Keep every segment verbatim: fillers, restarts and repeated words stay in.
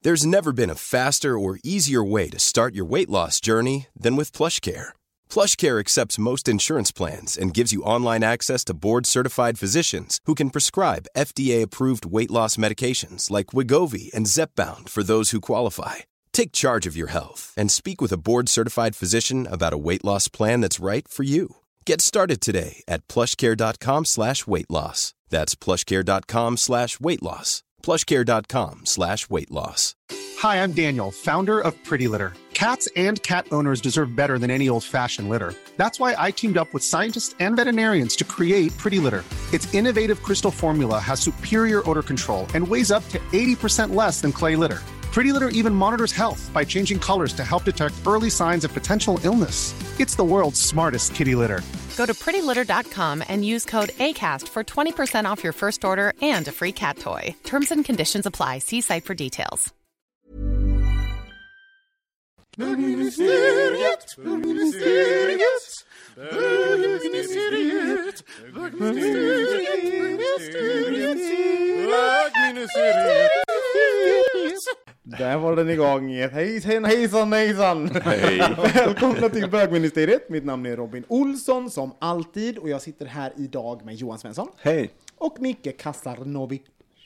There's never been a faster or easier way to start your weight loss journey than with PlushCare. PlushCare accepts most insurance plans and gives you online access to board-certified physicians who can prescribe F D A-approved weight loss medications like Wegovy and Zepbound for those who qualify. Take charge of your health and speak with a board-certified physician about a weight loss plan that's right for you. Get started today at plushcare.com slash weight loss. That's plushcare.com slash weight loss. plushcare.com slash weight loss. Hi, I'm Daniel, founder of Pretty Litter. Cats and cat owners deserve better than any old-fashioned litter. That's why I teamed up with scientists and veterinarians to create Pretty Litter. Its innovative crystal formula has superior odor control and weighs up to eighty percent less than clay litter. Pretty Litter even monitors health by changing colors to help detect early signs of potential illness. It's the world's smartest kitty litter. Go to pretty litter dot com and use code ACAST for twenty percent off your first order and a free cat toy. Terms and conditions apply. See site for details. Bögministeriet, bögministeriet, bögministeriet, bögministeriet, bögministeriet. Där var den igång. Hejsan, hejsan, hejsan. Hej. Välkomna till Bögministeriet. Mitt namn är Robin Olsson som alltid. Och jag sitter här idag med Johan Svensson. Hej. Och Micke Kasarnovic.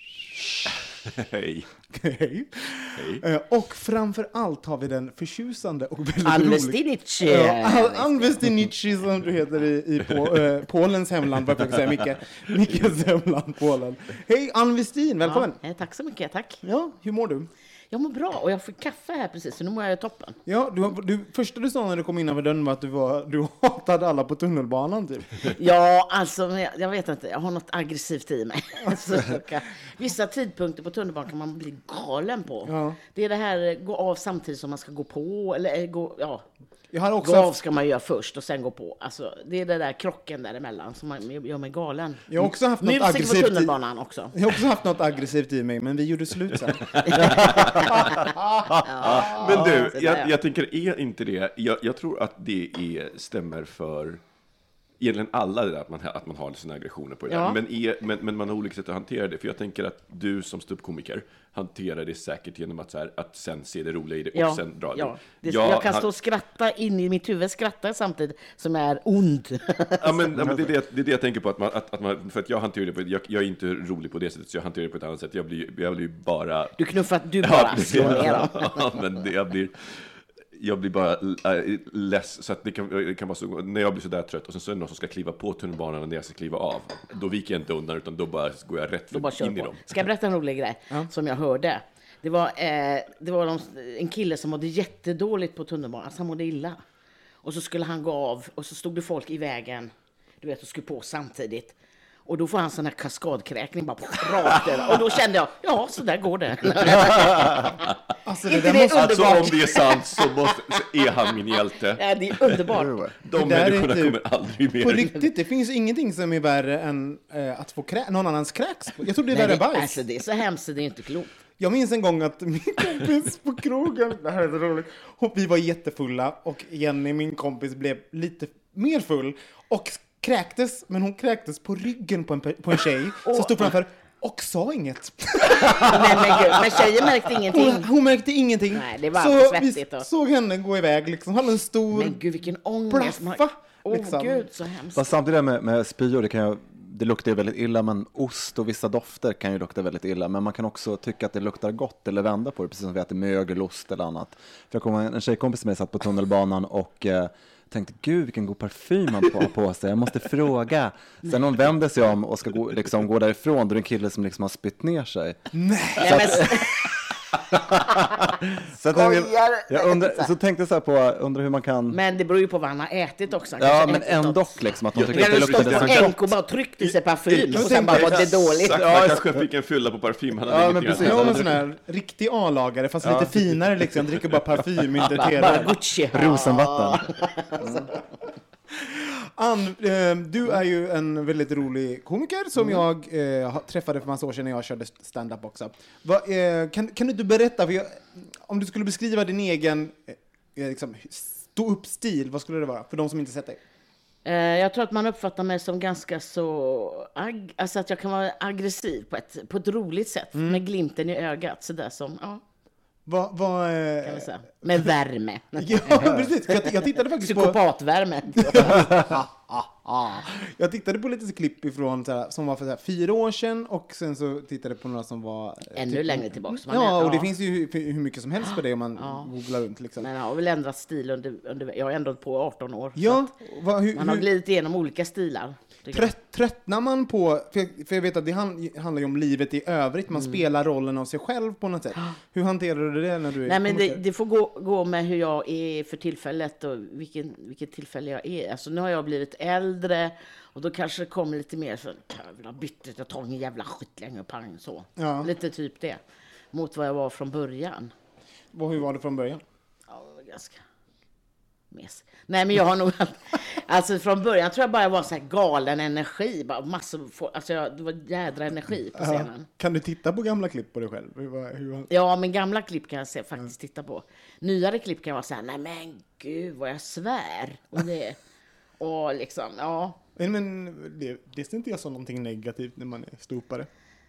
Hej. Hej. Hej. Och framför allt har vi den förtjusande och väldigt Ann rolig... Westinici. Ja, Ann Westinici som du heter i, i på, äh, Polens hemland. Vad jag säga, Micke. Mickes hemland, Polen. Hej, Ann Westin, välkommen. Ja, tack så mycket, tack. Ja, hur mår du? Jag mår bra och jag fick kaffe här precis, så nu mår jag i toppen. Ja, du, du, första du sa när du kom in över dörren var att du, var, du hatade alla på tunnelbanan typ. Ja, alltså jag, jag vet inte, jag har något aggressivt i mig. Så, vissa tidpunkter på tunnelbanan kan man bli galen på. Ja. Det är det här, gå av samtidigt som man ska gå på, eller gå, ja. Jag har också gå av haft... ska man göra först och sen gå på. Alltså, det är det där krocken däremellan som man gör mig galen. Jag har också haft något Musik aggressivt på tunnelbanan också. Jag har också haft något aggressivt i mig, men vi gjorde slut sen. Ja, men du, jag, jag tänker, är inte det, jag, jag tror att det är, stämmer för egentligen alla det där, att man, att man har sina aggressioner på det ja. där. Men, är, men, men man har olika sätt att hantera det. För jag tänker att du som ståuppkomiker hanterar det säkert genom att, så här, att sen se det roliga i det och ja. sen dra det. Ja. det jag, jag kan han... stå och skratta in i mitt huvud, skratta samtidigt som är ond. Ja, men, ja, men det, är det, det är det jag tänker på. Att man, att, att man, för att jag hanterar det på, jag, jag är inte rolig på det sättet, så jag hanterar det på ett annat sätt. Jag blir, jag blir bara... Du knuffar att du bara ja, slår ner dem. Ja, men det, jag blir... Jag blir bara äh, less, så att det kan, det kan vara så, när jag blir så där trött och sen så är det någon som ska kliva på tunnelbanan när jag ska kliva av, då viker jag inte undan utan då bara går jag rätt bara in i dem. Ska jag berätta en rolig grej ja. som jag hörde? Det var, eh, det var de, en kille som mådde jättedåligt på tunnelbanan, alltså han mådde illa. Och så skulle han gå av och så stod det folk i vägen, du vet, och skulle på samtidigt. Och då får han sån här kaskadkräkning bara rakt över. Och då kände jag, ja, så där går det. Alltså, det där måste, alltså om det är sant så, måste, så är han min hjälte. Ja, det är underbart. De människorna typ, kommer aldrig mer. På riktigt, det finns ingenting som är värre än äh, att få krä- någon annans kräks. Jag tror det är Nej, värre bajs. Alltså det är så hemskt, det är inte klokt. Jag minns en gång att min kompis på krogen, det här är så roligt, och vi var jättefulla och Jenny, min kompis, blev lite mer full och kräktes, men hon kräktes på ryggen på en, på en tjej som stod framför och sa inget. Nej, men, gud, men tjejen märkte ingenting. Hon, hon märkte ingenting. Nej, det var så svettigt vi då. såg henne gå iväg liksom. Han hade en stor men gud, vilken ångest. plaffa. Åh liksom. gud, så hemskt. Fast samtidigt med, med spyor, det kan jag, det luktar ju väldigt illa, men ost och vissa dofter kan ju lukta väldigt illa, men man kan också tycka att det luktar gott eller vända på det, precis som vi äter mögelost eller annat. För jag kommer en tjejkompis med mig satt på tunnelbanan och eh, tänkte, gud vilken god parfym han har på sig, jag måste fråga. Sen hon vänder sig om och ska gå, liksom, gå därifrån, då är det en kille som liksom har spytt ner sig. Nej! Så att, så, att jag, jag undrar, så tänkte jag så här på, undrar hur man kan... Men det beror ju på vad han har ätit också. Han ja, men ändå liksom att de tycker att det luktar så så gott. Och bara tryckte sig parfym och sen bara var det dåligt. Sakta ja, kanske fick en fylla på parfym. Han hade ja, men precis. Jag var en sån här riktig A-lagare, fast ja. lite finare liksom. Dricker bara parfym, inte bara, bara Gucci. Rosenvatten. Mm. Ann, du är ju en väldigt rolig komiker som mm. jag eh, träffade för massa år sedan när jag körde stand-up också. Va, eh, kan, kan du inte berätta, för jag, om du skulle beskriva din egen eh, liksom, stå-upp-stil, vad skulle det vara för de som inte sett dig? Eh, jag tror att man uppfattar mig som ganska så, ag- alltså att jag kan vara aggressiv på ett, på ett roligt sätt, mm. med glimten i ögat, sådär som, ja. Vad, vad, eh... kan vi säga. Med värme. Ja, precis. Jag, jag tittade faktiskt på... Psykopatvärme. Jag tittade på lite klipp ifrån så här, som var för så här, fyra år sedan och sen så tittade jag på några som var... Ännu typ, längre tillbaka. Ja, och är, det ja. finns ju hur, hur mycket som helst på det om man ja. googlar runt. Liksom. Men jag har väl ändrat stil under... under jag har ändå på arton år. Ja, va, hur, man har hur, glidit igenom olika stilar. Trött, tröttnar man på... För jag, för jag vet att det hand, handlar ju om livet i övrigt. Man mm. spelar rollen av sig själv på något sätt. Hur hanterar du det när du är... Nej, men det, det får gå, gå med hur jag är för tillfället och vilken, vilket tillfälle jag är. Alltså nu har jag blivit äldre och då kanske det kommer lite mer så jag vill ha bytt, jag tar ingen jävla skit längre, pang så. Ja. Lite typ det. Mot vad jag var från början. Och hur var det från början? Ja, det var ganska mes. Nej, men jag har nog... Alltså från början tror jag bara jag var så här galen energi. Bara massor, alltså jag, det var jädra energi på scenen. Ja. Kan du titta på gamla klipp på dig själv? Hur var, hur var... Ja, men gamla klipp kan jag se, faktiskt titta på. Nyare klipp kan jag vara så här, nej men gud vad jag svär. Och det... Och liksom, ja. Men det, det ser inte jag som någonting negativt när man är ståuppare.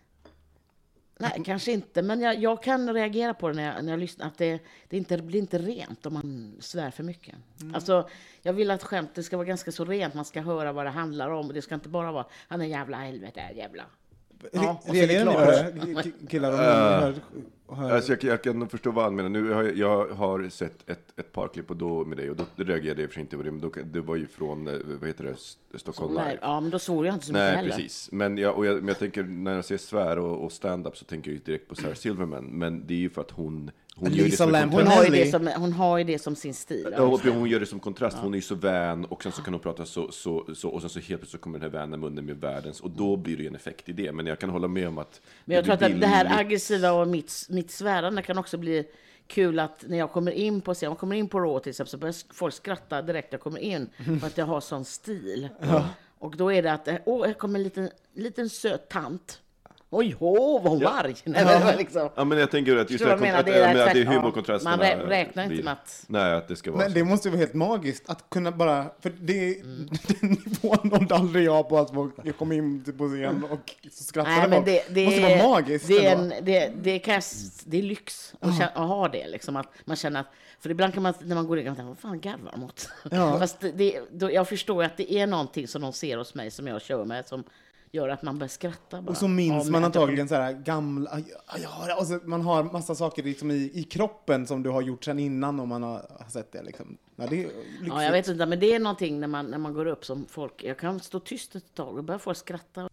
Nej, kanske inte. Men jag, jag kan reagera på det när jag, när jag lyssnar. Att det, det, inte, det blir inte rent om man svär för mycket. Mm. Alltså, jag vill att skämtet ska vara ganska så rent. Man ska höra vad det handlar om. Och det ska inte bara vara, han är jävla helvete, jävla. Ja, reagerar ni på det? Killar och hör, hör. Alltså jag, jag kan nog förstå vad han menar. Nu har jag, jag har sett ett, ett par klipp och då med dig och då reagerade jag för inte på det. Men då, det var ju från, vad heter det, Stockholm Live. Ja, men då svor jag inte så mycket Nej, heller. precis. Men jag, och jag, men jag tänker, när jag ser svär och, och stand-up så tänker jag ju direkt på Sarah Silverman. Men det är ju för att hon... Hon, gör det som hon, har ju det som, hon har ju det som sin stil. Ja, hon, hon gör det som kontrast. Ja. Hon är ju så vän och sen så kan hon prata så, så, så och sen så helt plötsligt så kommer den här vännen munnen med världens och då blir det ju en effekt i det. Men jag kan hålla med om att... Men jag tror att billig. Det här aggressiva och mitt, mitt svärande kan också bli kul att när jag kommer in på scen, jag kommer in på Raw till exempel så börjar folk skratta direkt jag kommer in för att jag har sån stil. Ja. Och då är det att, åh, här kommer en liten, liten söt tant. Oj, ho, vad hon var arg. Ja. Liksom. Ja, men jag tänker att just det, menar, att, det är, att, att det är humorkontrasterna. Man rä- räknar inte blir, med att... Nej, att det ska vara men så. Det måste vara helt magiskt att kunna bara... För det är mm. den nivån nådde aldrig jag på att jag kom in på scen och så skrattade Nej, men det, det måste är, vara magiskt. Det är, en, det, det, kan, det är lyx att, uh-huh. känna, att ha det. Liksom, att man känner att, för ibland kan man, när man går in och tänker, vad fan garvar de mot? Ja. Fast det, då, jag förstår att det är någonting som de ser hos mig som jag kör med som gör att man börjar skratta bara. Och så minns man antagligen så här gamla, ja, alltså man har massa saker liksom i, i kroppen som du har gjort sedan innan om man har, har sett det liksom. Ja, det är ja, jag vet inte, men det är någonting när man, när man går upp som folk, jag kan stå tyst ett tag och börja få skratta.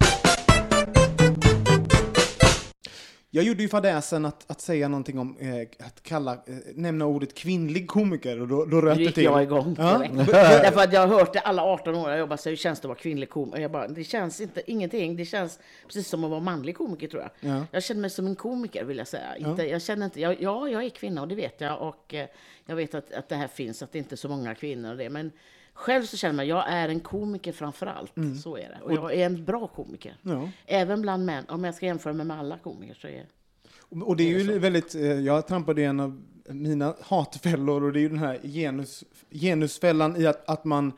Jag gjorde ju fadäsen att, att säga någonting om eh, att kalla, eh, nämna ordet kvinnlig komiker och då, då röt det till. Jag igång. Ja. Därför att jag har hört det alla arton år jag jobbar så hur känns det att vara kvinnlig komiker. Jag bara, det känns inte ingenting. Det känns precis som att vara manlig komiker tror jag. Ja. Jag känner mig som en komiker vill jag säga. Ja. Inte, jag känner inte, jag, ja jag är kvinna och det vet jag och eh, jag vet att, att det här finns, att det inte är så många kvinnor och det, men själv så känner jag, jag är en komiker framför allt. Mm. Så är det. Och jag är en bra komiker. Ja. Även bland män. Om jag ska jämföra mig med alla komiker så är jag... Och det är ju väldigt, jag trampade i en av mina hatfällor och det är ju den här genus, genusfällan i att, att man,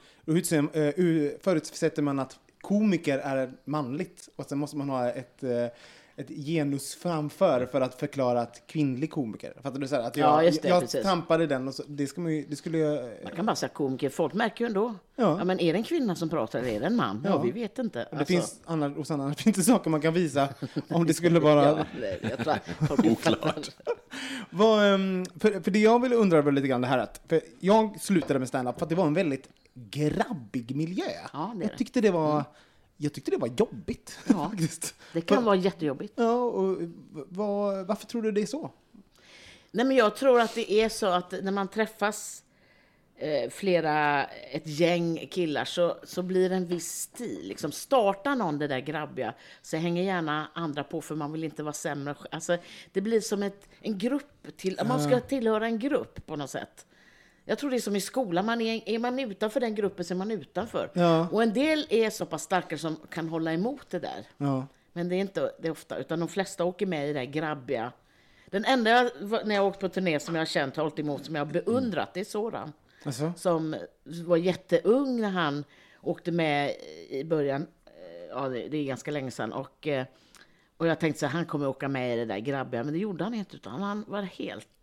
förutsätter man att komiker är manligt och sen måste man ha ett... ett genus framför för att förklara att kvinnlig komiker. Fattar du så här? Att jag, ja, just det, jag precis. trampade den och så, det, ska man ju, det skulle jag... Man kan bara säga komiker. Folk märker ju ändå. Ja. Ja, men är det en kvinna som pratar eller är det en man? Ja, ja vi vet inte. Alltså. Det finns annars, och annars finns det saker man kan visa om det skulle vara... ja, det, jag tror oklart. Vad, för, för det jag ville undra över lite grann det här att för jag slutade med stand-up för att det var en väldigt grabbig miljö. Ja, det är jag tyckte det var... Mm. Jag tyckte det var jobbigt. Ja, faktiskt. Det kan vara jättejobbigt. Ja, och var, varför tror du det är så? Nej, men jag tror att det är så att när man träffas eh, flera, ett gäng killar så, så blir det en viss stil. Liksom startar någon det där grabbiga så hänger gärna andra på för man vill inte vara sämre. Alltså, det blir som ett, en grupp, till, man ska tillhöra en grupp på något sätt. Jag tror det är som i skolan, man är, är man utanför den gruppen så är man utanför. Ja. Och en del är så pass starka som kan hålla emot det där. Ja. Men det är inte det är ofta, utan de flesta åker med i det där grabbiga. Den enda jag, när jag åkt på turné som jag har känt, hållit emot, som jag har beundrat, det är Soran. Alltså? Som var jätteung när han åkte med i början. Ja, det, det är ganska länge sedan. Och, och jag tänkte så här, han kommer åka med i det där grabbiga. Men det gjorde han inte, utan han var helt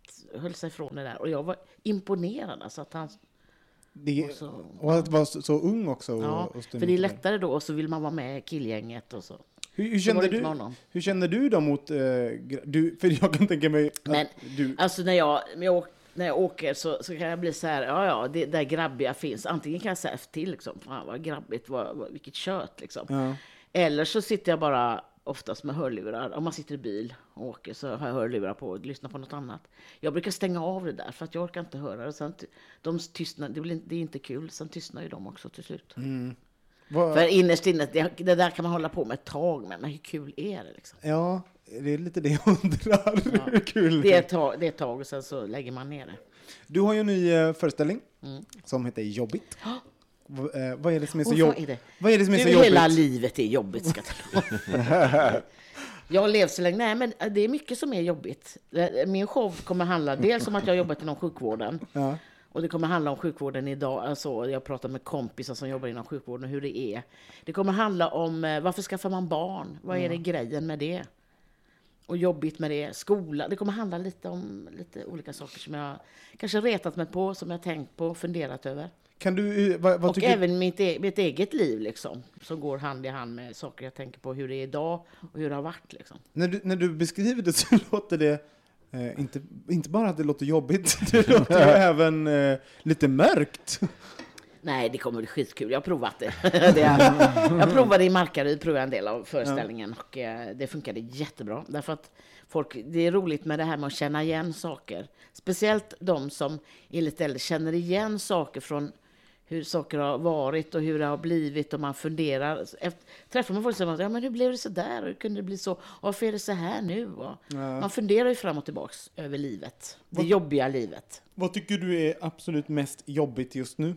höll sig ifrån det där. Och jag var imponerad. Alltså att han... Det, och, så, och att vara så, så ung också. Och, ja, och för det är lättare då. Och så vill man vara med i killgänget och så. Hur, hur, kände du, hur kände du då mot... Uh, du, för jag kan tänka mig... Att Men du... alltså när jag... När jag När jag åker så, så kan jag bli så här, ja ja, det där grabbiga finns. Antingen kan jag säga till liksom, fan vad grabbigt, vad, vad, vilket kött liksom. Ja. Eller så sitter jag bara oftast med hörlurar. Om man sitter i bil och åker så har jag hörlurar på och lyssnar på något annat. Jag brukar stänga av det där för att jag orkar inte höra det. Sen, de tystnar, det, blir, det är inte kul, sen tystnar ju de också till slut. Mm. Vad... För innerst inne, det, det där kan man hålla på med ett tag med, men hur kul är det liksom? Ja, det är lite det jag undrar. Ja. Hur kul det är ett tag, det är ett tag och sen så lägger man ner det. Du har ju en ny uh, föreställning mm. som heter Jobbigt. V- uh, vad är det som är så oh, jobbigt? Vad är det? Vad är det som är du, så jobbigt? Hela livet är jobbigt, ska jag Jag har levt så länge. Nej, men det är mycket som är jobbigt. Min show kommer handla dels om att jag har jobbat inom sjukvården. Ja. Och det kommer handla om sjukvården idag. Alltså, jag pratar med kompisar som jobbar inom sjukvården och hur det är. Det kommer handla om uh, varför skaffar man barn? Vad är det grejen med det? Och jobbigt med det. Skola. Det kommer handla lite om lite olika saker som jag kanske retat mig på, som jag tänkt på, funderat över. Kan du, vad, vad och tycker... även mitt, e- mitt eget liv liksom, som går hand i hand med saker jag tänker på, hur det är idag och hur det har varit. Liksom. När, du, när du beskriver det så låter det eh, inte, inte bara att det låter jobbigt, det låter ju även eh, lite mörkt. Nej, det kommer bli skitkul. Jag har provat det. det är, jag provade i Markaryd, provade en del av föreställningen och eh, det funkade jättebra. Därför att folk, det är roligt med det här med att känna igen saker. Speciellt de som är lite äldre känner igen saker från hur saker har varit och hur det har blivit och man funderar. Efter, träffar man folk som säger, ja men hur blev det så där och hur kunde det bli så? Och varför är det så här nu? Och ja. Man funderar ju fram och tillbaks över livet. Det vad, jobbiga livet. Vad tycker du är absolut mest jobbigt just nu?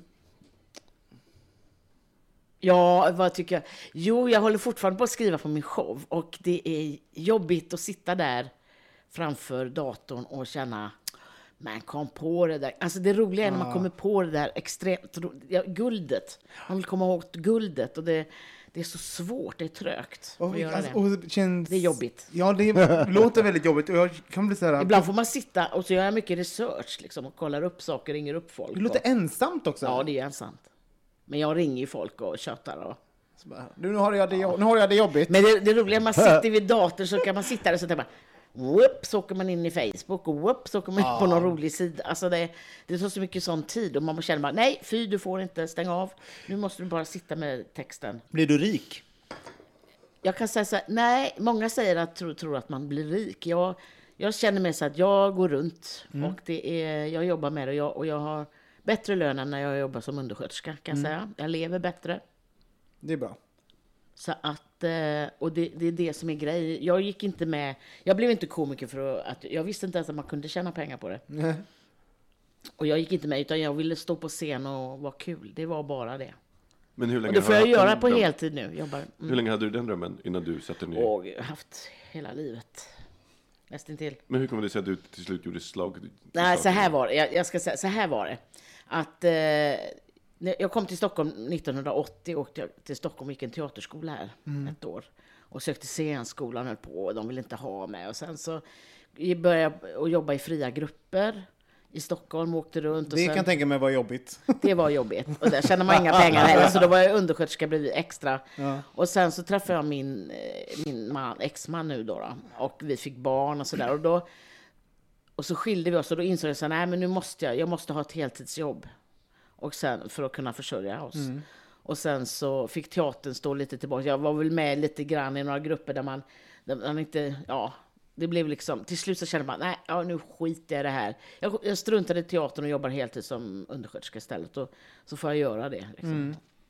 Ja, vad tycker jag? Jo, jag håller fortfarande på att skriva på min show och det är jobbigt att sitta där framför datorn och känna, man kom på det där. Alltså det roliga är när man kommer på det där extremt, ja, guldet. Man vill komma ihåg guldet och det, det är så svårt, det är trögt Och, att göra alltså, det. och det, känns... Det är jobbigt. Ja, det låter väldigt jobbigt och jag kan bli så här... Ibland får man sitta och så gör jag mycket research liksom, och kollar upp saker, ringer upp folk. Det låter och... ensamt också. Ja, det är ensamt. Men jag ringer ju folk och tjötar och... Bara, nu, har jag det, nu har jag det jobbigt. Men det, det roliga är att man sitter vid datorn så kan man sitta där och så tänker man, whoop, så åker man in i Facebook och whoop, så åker man in ah. på någon rolig sida. Alltså det, det tar så mycket sån tid och man känner bara, nej, fy, du får inte stänga av. Nu måste du bara sitta med texten. Blir du rik? Jag kan säga så här, nej, många säger att tror, tror att man blir rik. Jag, jag känner mig så att jag går runt mm. och det är, jag jobbar med det och jag, och jag har bättre lön än när jag jobbar som undersköterska, kan jag mm. säga. Jag lever bättre. Det är bra. Så att, och det, det är det som är grejen. Jag gick inte med, jag blev inte komiker för att, jag visste inte ens att man kunde tjäna pengar på det. Nej. Och jag gick inte med, utan jag ville stå på scen och vara kul. Det var bara det. Men hur länge och det får har jag du göra på dröm? heltid nu. Jobbar. Mm. Hur länge hade du den drömmen innan du satte ner? Och jag har haft hela livet. Nästan till. Men hur kommer det sig att du till slut gjorde slag? Nej, så här var det. Jag, jag ska säga, så här var det. Att eh, jag kom till Stockholm nittonhundraåttio och åkte till Stockholm och gick en teaterskola här mm. ett år. Och sökte scenskolan, höll på och de ville inte ha mig. Och sen så började jag jobba i fria grupper i Stockholm och åkte runt. Och det sen, kan tänka mig var jobbigt. Det var jobbigt. Och där kände man inga pengar heller. Så då var jag undersköterska bredvid extra. Ja. Och sen så träffade jag min, min man, ex-man nu då, då. Och vi fick barn och sådär. Och då och så skilde vi oss och då insåg jag så nej men nu måste jag, jag måste ha ett heltidsjobb. Och sen för att kunna försörja oss. Mm. Och sen så fick teatern stå lite tillbaka. Jag var väl med lite grann i några grupper där man, där man inte, ja, det blev liksom, till slut så kände man, nej, ja, nu skiter jag i det här. Jag, jag struntade i teatern och jobbar heltid som undersköterska istället. Och så får jag göra det. Liksom.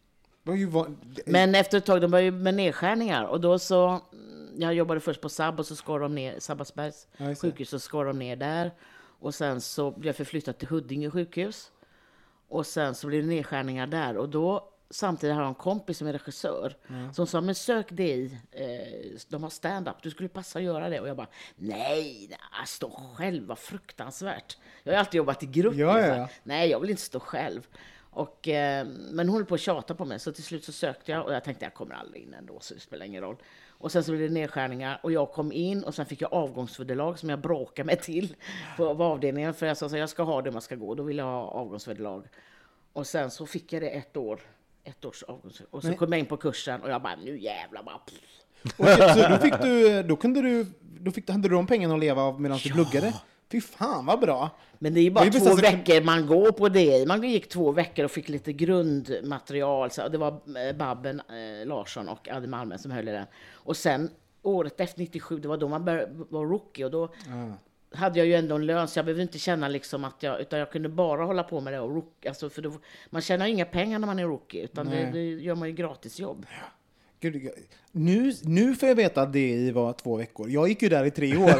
Mm. Men efter ett tag, de började med nedskärningar. Och då så, jag jobbade först på Sabb och så skar de ner, Sabbatsbergs sjukhus, så skar de ner där. Och sen så blev jag förflyttad till Huddinge sjukhus. Och sen så blev det nedskärningar där. Och då, samtidigt har jag en kompis som är regissör. Mm. Som sa, men sök det i, eh, de har stand-up, du skulle passa att göra det. Och jag bara, nej, nej stå själv, vad fruktansvärt. Jag har alltid jobbat i grupp. Ja, ja, ja. Nej, jag vill inte stå själv. Och, eh, men hon höll på att tjata på mig, så till slut så sökte jag. Och jag tänkte, jag kommer aldrig in ändå, så det spelar ingen roll. Och sen så blev det nedskärningar och jag kom in och sen fick jag avgångsvederlag som jag bråkade mig till på, på avdelningen. För jag sa så jag ska ha det man ska gå, då vill jag ha avgångsvederlag. Och sen så fick jag det ett år, ett års avgångsvederlag. Och så Nej. kom jag in på kursen och jag bara, nu jävlar bara... Och så då fick du, då kunde du, då fick, hade du de pengarna att leva av medan ja. du pluggade? Fy fan vad bra. Men det är ju bara två veckor man går på det. Man gick två veckor och fick lite grundmaterial. Så det var Babben eh, Larsson och Adde Malmen som höll i den. Och sen året efter nittiosju, det var då man började vara rookie. Och då ah. hade jag ju ändå en lön så jag behövde inte känna liksom att jag, utan jag kunde bara hålla på med det. Och rookie, alltså för då, man tjänar ju inga pengar när man är rookie, utan det, det gör man ju gratis jobb. Ja. Gud, nu, nu får jag veta att det i var två veckor. Jag gick ju där i tre år.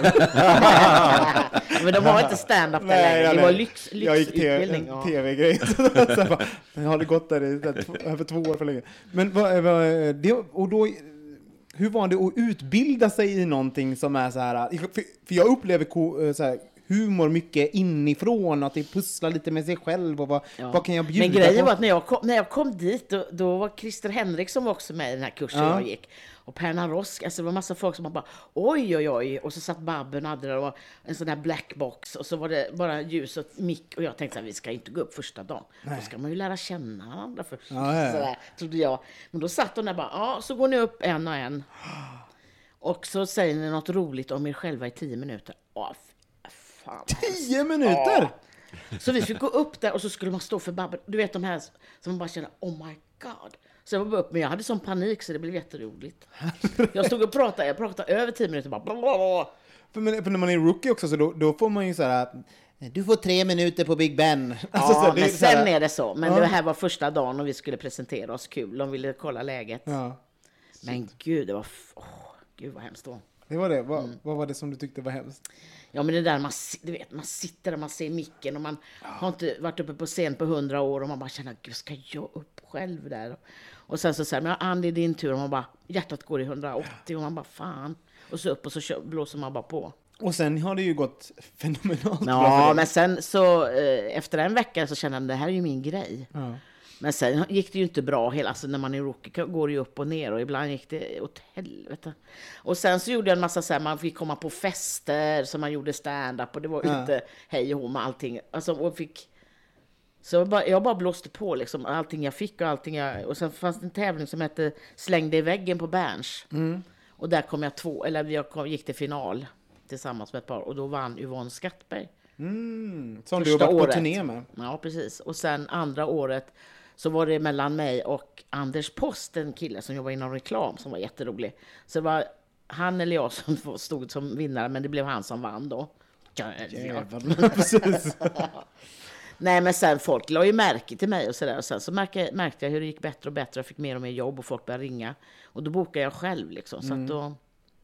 Men de var inte stand-up där nej, längre. Det var lyx, lyxutbildning. Jag gick tv-grej. Jag hade gått där i över två år för länge. Men vad, vad, det, och då, hur var det att utbilda sig i någonting som är så här... För, för jag upplever så här, humor mycket inifrån, att det pusslar lite med sig själv och vad, ja. vad kan jag bjuda på? Men grejen på? var att när jag kom, när jag kom dit då, då var Christer Henriksson var också med i den här kursen ja. jag gick. Och Perna Rosk, alltså det var massa folk som bara oj oj oj, och så satt Babben och hade det, och en sån där blackbox och så var det bara ljus och mick och jag tänkte att vi ska inte gå upp första dagen. Nej. Då ska man ju lära känna varandra först. Ja, ja. Sådär, trodde jag. Men då satt hon där bara, ja så går ni upp en och en. Och så säger ni något roligt om er själva i tio minuter. Åh, fan. Tio minuter? Ja. Så vi fick gå upp där och så skulle man stå för Babben. Du vet de här som man bara känner, oh my god. Så jag var bara upp, men jag hade sån panik så det blev jätteroligt. Jag stod och pratade, jag pratade över tio minuter bara. Blablabla. För, men, för när man är rookie också så då, då får man ju så här, du får tre minuter på Big Ben. Alltså, ja, så, men är sen här, är det så. Men ja. det här var första dagen och vi skulle presentera oss kul. De ville kolla läget. Ja. Men gud, det var, oh, gud vad hemskt då. Det var det. Vad, mm. vad var det som du tyckte var hemskt? Ja, men det där man, du vet, man sitter där, man ser micken och man ja. har inte varit uppe på scen på hundra år och man bara känner, gud, ska jag upp själv där? Och sen så säger man, ja, Andy, din tur. Och man bara, hjärtat går i hundraåttio och man bara, fan. Och så upp och så kör, blåser man bara på. Och sen har det ju gått fenomenalt. Ja, men sen så eh, efter en vecka så kände jag, det här är ju min grej. Ja. Men sen gick det ju inte bra hela, alltså när man är rookie går det ju upp och ner och ibland gick det åt helvete. Och sen så gjorde jag en massa så här, man fick komma på fester så man gjorde stand-up och det var ja. inte hej och hå med allting. Alltså och fick, så jag bara, jag bara blåste på liksom allting jag fick och allting jag, och sen fanns det en tävling som hette Släng dig i väggen på Berns. Mm. Och där kom jag två, eller jag kom, gick till final tillsammans med ett par och då vann Yvonne Skattberg. Mm. Som du har varit året. på turné med. Ja, precis. Och sen andra året så var det mellan mig och Anders Post, en kille som jobbar inom reklam som var jätterolig. Så det var han eller jag som stod som vinnare, men det blev han som vann då. Jävlar. Precis. Nej, men sen folk la ju märke till mig och sådär. Och sen så märkte, märkte jag hur det gick bättre och bättre. Jag fick mer och mer jobb och folk började ringa. Och då bokade jag själv liksom. Så mm. att då...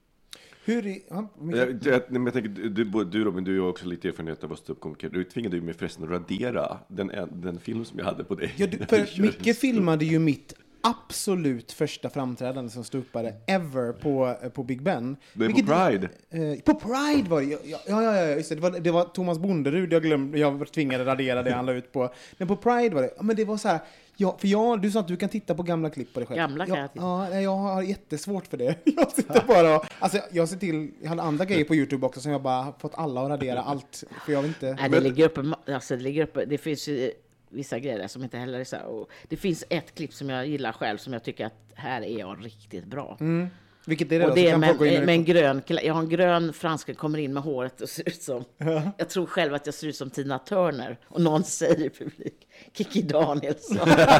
Hur är, ja, jag, jag, jag tänker, du, du Robin, du har också lite erfarenhet av att stå upp komiker. Du tvingade ju mig förresten att radera den, den film som jag hade på dig. Ja, du, för Micke filmade ju mitt absolut första framträdande som ståuppare ever på, på Big Ben. Det är på Pride. Eh, på Pride var det. Ja, ja, ja, ja just det. Det var, det var Thomas Bonderud, jag glömde, jag tvingade radera det han la ut på. Men på Pride var det, ja, men det var så här, ja, för jag, du sa att du kan titta på gamla klipp på dig själv. Gamla kan jag titta. Ja, jag har jättesvårt för det. Jag sitter bara och, alltså jag ser till, jag hade andra grejer på YouTube också som jag bara har fått alla att radera allt. För jag vill inte... Nej, det ligger uppe, alltså det ligger uppe, det finns ju vissa grejer som inte heller är så här, och det finns ett klipp som jag gillar själv som jag tycker att här är jag riktigt bra. Mm. Vilket är det och då? Det är med, med en grön, jag har en grön franska, kommer in med håret och ser ut som, ja. jag tror själv att jag ser ut som Tina Turner och någon säger i publik, Kiki Danielsson.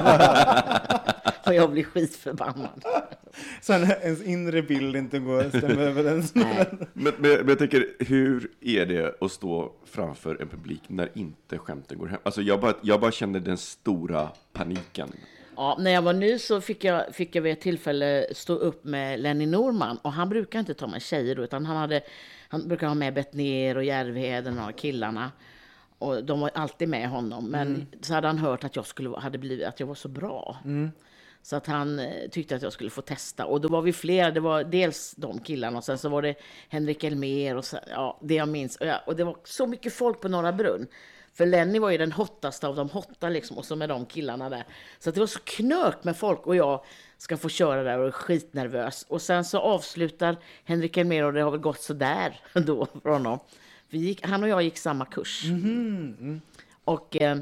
Och jag blir skitförbannad. Så ens inre bild inte går att stämma överens med den. Men, men, men jag tänker, hur är det att stå framför en publik när inte skämten går hem? Alltså jag bara, jag bara känner den stora paniken. Ja, när jag var ny så fick jag, fick jag vid ett tillfälle stå upp med Lenny Norman. Och han brukar inte ta med tjejer då, utan han, hade, han brukar ha med Bettner och Järvheden och killarna. Och de var alltid med honom. Men mm. så hade han hört att jag, skulle, hade blivit, att jag var så bra. Mm. Så att han eh, tyckte att jag skulle få testa. Och då var vi flera. Det var dels de killarna och sen så var det Henrik Elmer och så, ja, det jag minns. Och, jag, och det var så mycket folk på Norra Brunn. För Lenny var ju den hottaste av de hotta liksom, och så med de killarna där. Så att det var så knök med folk och jag ska få köra där och är skitnervös. Och sen så avslutar Henrik Elmer och det har väl gått så där då för honom. Vi gick, han och jag gick samma kurs. Mm-hmm. Mm. Och... Eh,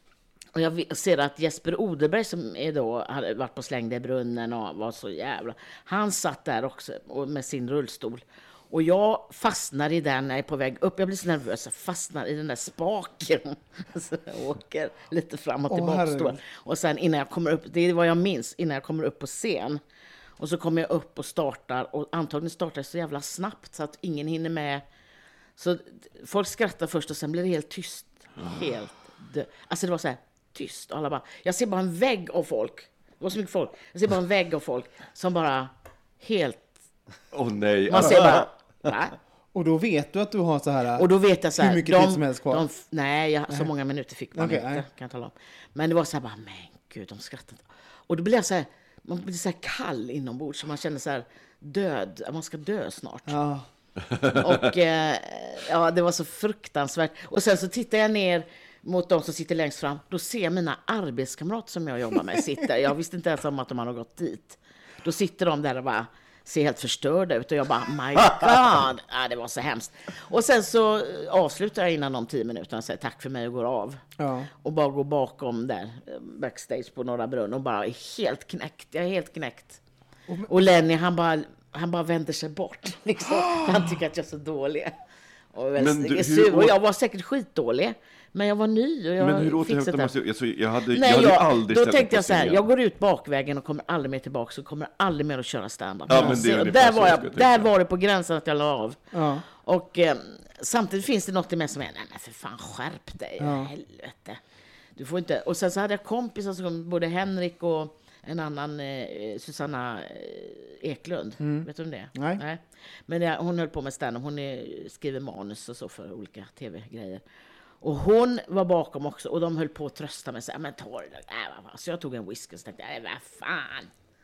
Och jag ser att Jesper Oderberg som är då, hade varit på Slängde i brunnen och var så jävla... Han satt där också med sin rullstol. Och jag fastnar i den när jag är på väg upp. Jag blir så nervös. Jag fastnar i den där spaken. Så jag åker lite fram och tillbaka. Åh, och sen innan jag kommer upp, det är vad jag minns, innan jag kommer upp på scen. Och så kommer jag upp och startar. Och antagligen startar jag så jävla snabbt så att ingen hinner med. Så folk skrattar först och sen blir det helt tyst. Helt dö. Alltså det var så här... tyst. Alla bara, jag ser bara en vägg av folk. Det var så mycket folk. Jag ser bara en vägg av folk som bara helt... Åh oh, nej. Man ser bara... Nej. Och då vet du att du har så här... Och då vet jag så här... Hur mycket de, tid som helst kvar? De, nej, jag, så många minuter fick man okay, inte. Nej. Kan jag tala om. Men det var så här bara, men gud, de skrattade. Och då blev jag så här... Man blir så här kall inombords. Så man känner så här död. Man ska dö snart. Ja. Och eh, ja, det var så fruktansvärt. Och sen så tittar jag ner... mot de som sitter längst fram, då ser jag mina arbetskamrater som jag jobbar med sitter. Jag visste inte ens om att de hade gått dit. Då sitter de där och bara ser helt förstörda ut och jag bara, my god, ja, det var så hemskt. Och sen så avslutar jag innan de tio minuterna och säger tack för mig och går av. Ja. Och bara går bakom där, backstage på Norra Brunn och bara är helt knäckt. Jag är helt knäckt. Och, och Lenny, han bara, han bara vänder sig bort. Liksom. Han tycker att jag är så dålig. Och, men du, hur, och jag var säkert skitdålig. Men jag var ny och jag men hur återhämtar man sig? Jag, jag hade, Nej, jag hade jag, aldrig då ställt tänkte jag så här, igen. jag går ut bakvägen och kommer aldrig mer tillbaka så kommer aldrig mer att köra stand-up. Ja, men det är så, där var jag, där var det på gränsen att jag la av. Ja. Och eh, samtidigt finns det något i mig som är, nej men för fan skärp dig, ja. helvete. Du får inte. Och sen så hade jag kompisar som både Henrik och en annan eh, Susanna eh, Eklund. Mm. Vet du om det? Nej. Nej. Men det, hon höll på med stand-up. Hon är, skriver manus och så för olika tv-grejer. Och hon var bakom också. Och de höll på att trösta mig. Så, men ta det där. Äh, så jag tog en whisky och tänkte, nej vad fan.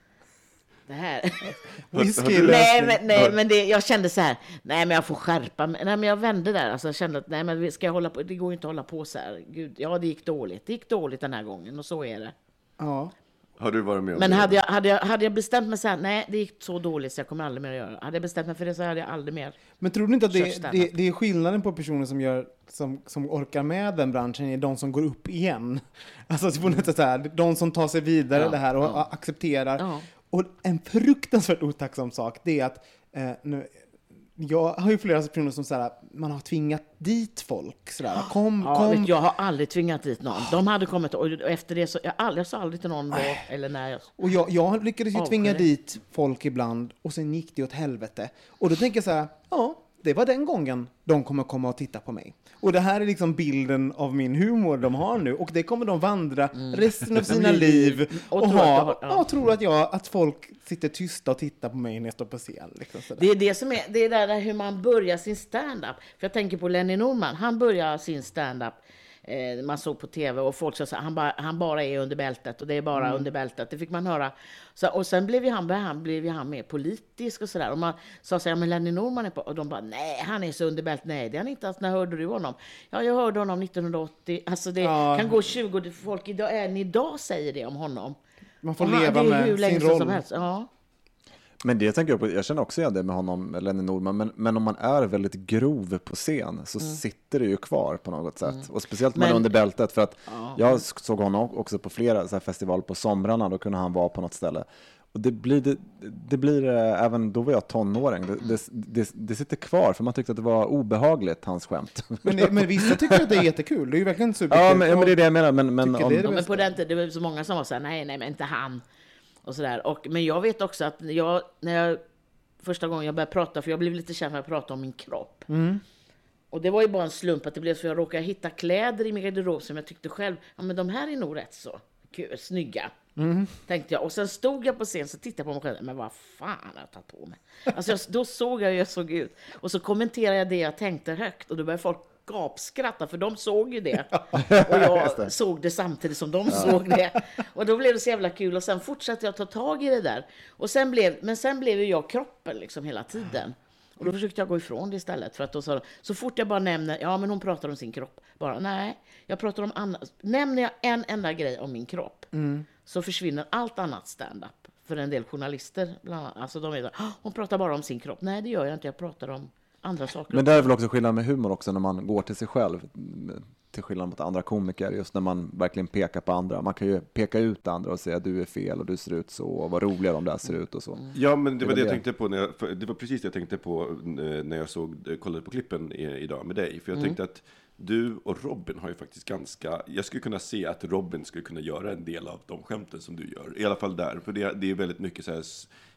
Det här. Whisky nej, men, nej, men det, jag kände så här. Nej, men jag får skärpa mig. Nej, men jag vände där. Alltså, jag kände att nej, men ska jag hålla på? Det går ju inte att hålla på så här. Gud, ja, det gick dåligt. Det gick dåligt den här gången. Och så är det. Ja. Har du varit med om Men det? hade jag, hade, jag, hade jag bestämt mig så här, nej, det gick så dåligt så jag kommer aldrig mer att göra. Hade jag bestämt mig för det så hade jag aldrig mer. Men tror du inte att det, det, det är skillnaden på personer som, gör, som, som orkar med den branschen är de som går upp igen? Alltså på något sätt så här, de som tar sig vidare Ja, det här och ja. accepterar. Ja. Och en fruktansvärt otacksam sak, det är att eh, nu, jag har ju flera personer som så här, man har tvingat dit folk sådär. Kom, Ja, kom. vet, jag har aldrig tvingat dit någon. De hade kommit och efter det så jag, aldrig, jag sa aldrig till någon då, eller när jag... Och jag, jag lyckades ju tvinga Avskyr. dit folk ibland och sen gick det åt helvete. Och då tänker jag så här, ja, det var den gången de kommer komma och titta på mig. Och det här är liksom bilden av min humor de har nu. Och det kommer de vandra mm. resten av sina liv och, och ha. Har, ja. Jag tror att, jag, att folk sitter tysta och tittar på mig när jag står på scen. Liksom, det är det som är, det är där, där hur man börjar sin stand-up. För jag tänker på Lenny Norman, han börjar sin stand-up. Eh, man såg på tv och folk sa att han, ba, han bara är under bältet och det är bara mm. under bältet. Det fick man höra. Så, och sen blev ju han, han, blev ju han mer politisk och sådär. Och man sa så här, men Lenny Norman är på. Och de bara, nej han är så under bältet. Nej det är han inte alls. När hörde du honom? Ja jag hörde honom nittonhundraåttio. Alltså det ja. kan gå tjugo folk idag, än idag säger det om honom. Man får och leva han, med sin roll. Som helst. Ja. Men det tänker jag på, jag känner också igen det med honom, Lenny Norman, men, men om man är väldigt grov på scen så mm. sitter det ju kvar på något sätt. Mm. Och speciellt med under bältet, för att ja. jag såg honom också på flera så här festivaler på somrarna, då kunde han vara på något ställe. Och det blir, det, det blir även, då var jag tonåring, det, det, det, det sitter kvar för man tyckte att det var obehagligt, hans skämt. Men, men vissa tycker att det är jättekul, det är ju verkligen subjektivt. Ja, men, ja, men det är det jag menar. Men, men, om, det ja, men på den tiden, det var så många som var så här, nej, nej, men inte han. Och sådär. Och, men jag vet också att jag, när jag första gången jag började prata, för jag blev lite kär för att prata om min kropp. Mm. Och det var ju bara en slump att det blev, för jag råkade hitta kläder i min garderob som jag tyckte själv, ja men de här är nog rätt så kul, snygga. Mm. Tänkte jag. Och sen stod jag på scen så tittade jag på mig själv, men vad fan har jag tagit på mig? Alltså jag, då såg jag hur jag såg ut. Och så kommenterade jag det jag tänkte högt och då började folk gapskratta, för de såg ju det. Och jag såg det samtidigt som de såg det. Och då blev det så jävla kul. Och sen fortsatte jag ta tag i det där. Och sen blev, men sen blev ju jag kroppen liksom hela tiden. Och då försökte jag gå ifrån det istället. För att då sa, så fort jag bara nämner, ja men hon pratar om sin kropp. Bara, nej, jag pratar om annat. Nämner jag en enda grej om min kropp, mm. så försvinner allt annat stand-up. För en del journalister, bland annat, alltså de är där, hon pratar bara om sin kropp. Nej, det gör jag inte, jag pratar om andra saker. Men där är väl också skillnad med humor också, när man går till sig själv. Till skillnad mot andra komiker, just när man verkligen pekar på andra. Man kan ju peka ut andra och säga du är fel och du ser ut så, och vad roliga de där ser ut och så. Ja, men det var det jag tänkte på när jag, det var precis det jag tänkte på när jag såg, kollade på klippen idag med dig. För jag mm. tänkte att du och Robin har ju faktiskt ganska, jag skulle kunna se att Robin skulle kunna göra en del av de skämten som du gör. I alla fall där, för det, det är väldigt mycket så här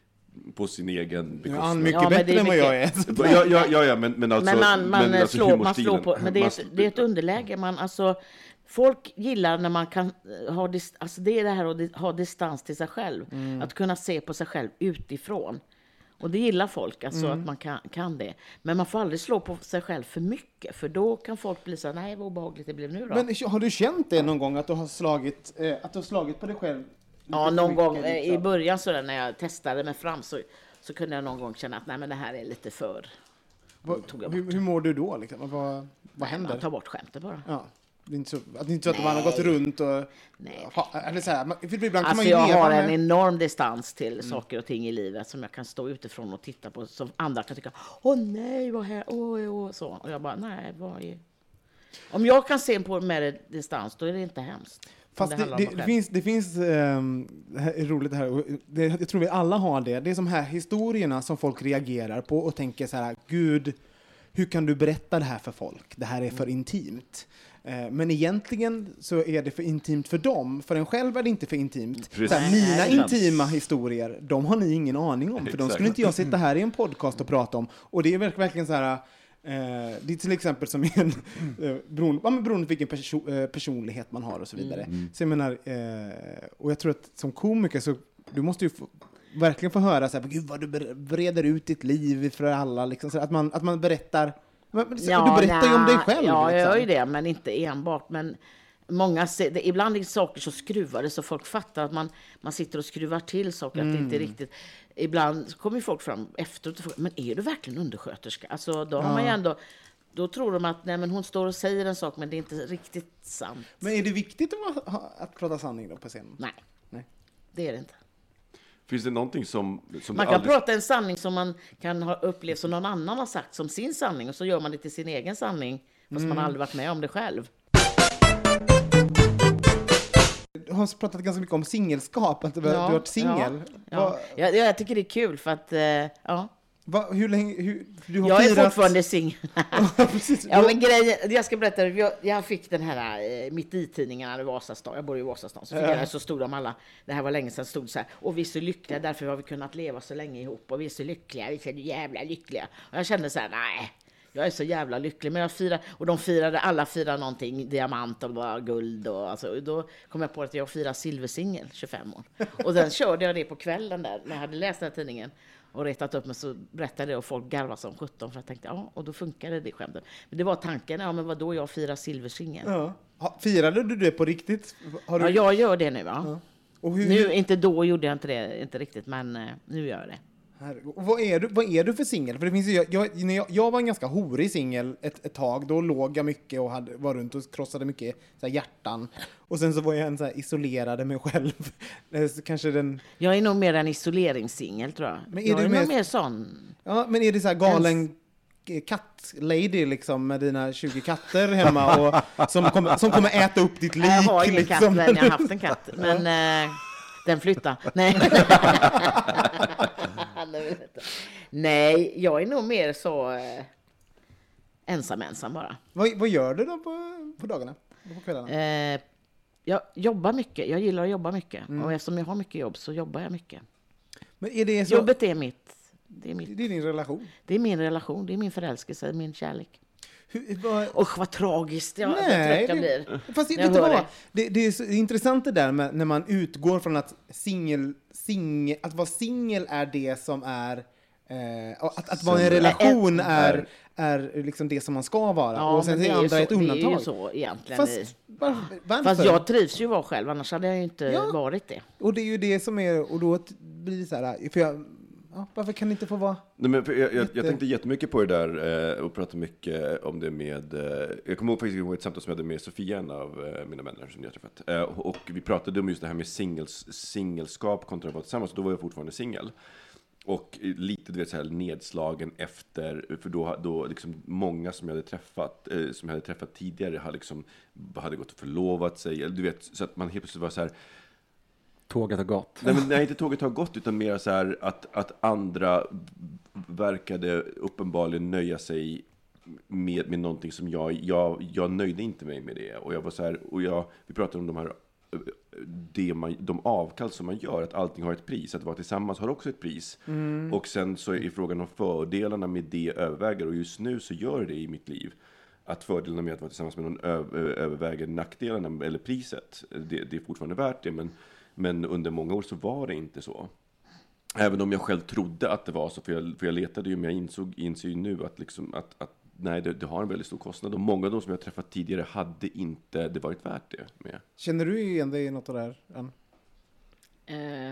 på sin egen bekostnad. Ja, mycket ja, bättre än vad jag är. Ja, ja, ja, ja men, men alltså... Men man, man, men alltså slår, man slår på... Men det är ett, det är ett underläge. Man, alltså, folk gillar när man kan ha... Dist, alltså det är det här att ha distans till sig själv. Mm. Att kunna se på sig själv utifrån. Och det gillar folk, alltså mm. att man kan, kan det. Men man får aldrig slå på sig själv för mycket. För då kan folk bli så, nej vad obehagligt det blev nu då. Men har du känt det någon gång att du har slagit, eh, att du har slagit på dig själv? Ja, någon gång liksom. I början så där, när jag testade mig fram så, så kunde jag någon gång känna att nej men det här är lite för... Va, hur, hur mår du då? Liksom? Vad, vad nej, händer? Man tar bort skämtet bara. Ja. Det är inte så att, det är inte så att man har gått runt och... Nej. Ha, eller så här, man, för ibland alltså kan man ju jag har en med. enorm distans till mm. saker och ting i livet som jag kan stå utifrån och titta på. Som andra kan tycka, åh nej, vad här, åh, åh, så. Och jag bara, nej, vad är... Om jag kan se på med distans, då är det inte hemskt. Fast det, det, det finns, det finns um, det här är roligt det här, det, jag tror vi alla har det. Det är de här historierna som folk reagerar på och tänker så här, Gud, hur kan du berätta det här för folk? Det här är för intimt. Uh, men egentligen så är det för intimt för dem. För en själv är det inte för intimt. Så här, mina intima historier, de har ni ingen aning om. För de skulle inte jag sitta här i en podcast och prata om. Och det är verkligen så här... Eh, det är till exempel som en eh, beroende, ja, beroende på vilken perso- eh, personlighet man har och så vidare. Mm. Så jag menar, eh, och jag tror att som komiker så du måste ju få, verkligen få höra så här, gud vad du breder ut ditt liv för alla liksom, så att man att man berättar, men, ja, du berättar nej, ju om dig själv. Ja, liksom. Jag gör ju det, men inte enbart, men många ser, det, ibland är saker så skruvade så folk fattar att man man sitter och skruvar till saker mm. att det inte är riktigt. Ibland kommer folk fram efteråt och frågar, men är du verkligen undersköterska? Alltså då har ja. man ju ändå, då tror de att nej, men hon står och säger en sak men det är inte riktigt sant. Men är det viktigt att, ha, att prata sanning då på scenen? Nej, nej, det är det inte. Finns det någonting som... som man kan aldrig... prata en sanning som man kan ha upplevt som någon annan har sagt som sin sanning och så gör man det till sin egen sanning fast mm. man aldrig varit med om det själv. Du har pratat ganska mycket om singelskap, att du ja, har varit singel. Ja, ja. Jag, jag tycker det är kul för att, uh, ja. Va, hur länge, hur, du har jag firat... är fortfarande singel. Ja, men grejen, jag ska berätta, jag, jag fick den här uh, mitt i tidningarna i Vasastan, jag bor i Vasastan, så, fick ja. jag, så stod de alla, det här var länge sedan, stod så här, och vi är så lyckliga, därför har vi kunnat leva så länge ihop, och vi är så lyckliga, vi är så jävla lyckliga. Och jag kände så här, nej. Jag är så jävla lycklig, men jag firar, och de firade, alla firade någonting, diamant och bara guld och alltså, och då kom jag på att jag firar silversingel, tjugofem år. Och sen körde jag det på kvällen där, när jag hade läst den här tidningen och retat upp mig, så berättade det och folk garvade som sjutton, för jag tänkte, ja, och då funkade det skämtet. Men det var tanken, ja men vad då jag firar silversingel. Ja. Ha, firade du det på riktigt? Har du... Ja, jag gör det nu, va? Ja. Och hur... Nu, inte då gjorde jag inte det, inte riktigt, men eh, nu gör jag det. Och vad är du, vad är du för singel? För det finns ju, jag, jag, när jag, jag var en ganska horig singel ett, ett tag. Då låg jag mycket och hade, var runt och krossade mycket så här, hjärtan. Och sen så var jag en så här, isolerade mig själv. Kanske den... Jag är nog mer en isoleringssingel, tror jag. Men är jag du är mer... nog mer sån. Ja, men är det så här galen kattlady liksom med dina tjugo katter hemma och som kommer, som kommer äta upp ditt lik? Jag har ingen liksom. katt, men jag har haft en katt. Men eh, den flyttar. Nej. Nej, jag är nog mer så eh, ensam ensam bara. Vad, vad gör du då på, på dagarna? På kvällarna? Eh, jag jobbar mycket. Jag gillar att jobba mycket. Mm. Och eftersom jag har mycket jobb så jobbar jag mycket. Men är det så... Jobbet är mitt. Det är, mitt. Det är din relation? Det är min relation. Det är min förälskelse, min kärlek. Hur, vad... Usch, vad tragiskt jag, Nej, jag det, blir. Fast vet du vad? Det, det är så intressant det där med när man utgår från att singel, singel, att vara singel är det som är eh, att, att vara i en relation är, är liksom det som man ska vara. Ja, och sen men är det är andra ju ett så, undantag. Det är ju så egentligen. Fast, var, varför? Fast jag trivs ju vara själv, annars hade jag ju inte Ja. varit det. Och det är ju det som är, och då blir det så här, för jag, ja, varför kan det inte få vara? Nej, men för jag, jag, Lite- jag tänkte jättemycket på det där eh, och pratade mycket om det med, eh, jag kommer ihåg faktiskt ihåg ett samtal som jag hade med Sofia, en av eh, mina vänner som jag träffat. Eh, och vi pratade om just det här med singles, singelskap kontra att vara tillsammans, och då var jag fortfarande singel. Och lite du vet, så här, nedslagen efter, för då, då liksom många som jag hade träffat, eh, som jag hade träffat tidigare hade, liksom, hade gått och förlovat sig, eller du vet, så att man helt plötsligt var så här. Tåget har gått. Nej, men nej, inte tåget har gått, utan mer så här att, att andra verkade uppenbarligen nöja sig med, med någonting som jag, jag, jag nöjde inte mig med det. Och jag var så här, och jag, vi pratade om de här, det man, de avkall som man gör, att allting har ett pris, att vara tillsammans har också ett pris. Mm. Och sen så är frågan om fördelarna med det överväger, och just nu så gör det i mitt liv. Att fördelarna med att vara tillsammans med någon överväger nackdelarna, eller priset. Det, det är fortfarande värt det, men Men under många år så var det inte så. Även om jag själv trodde att det var så. För jag, för jag letade ju, men jag insåg, insåg ju nu att, liksom, att, att nej, det, det har en väldigt stor kostnad. Och många av de som jag träffat tidigare hade inte det varit värt det med. Känner du igen dig i något av det här? Ann? Eh.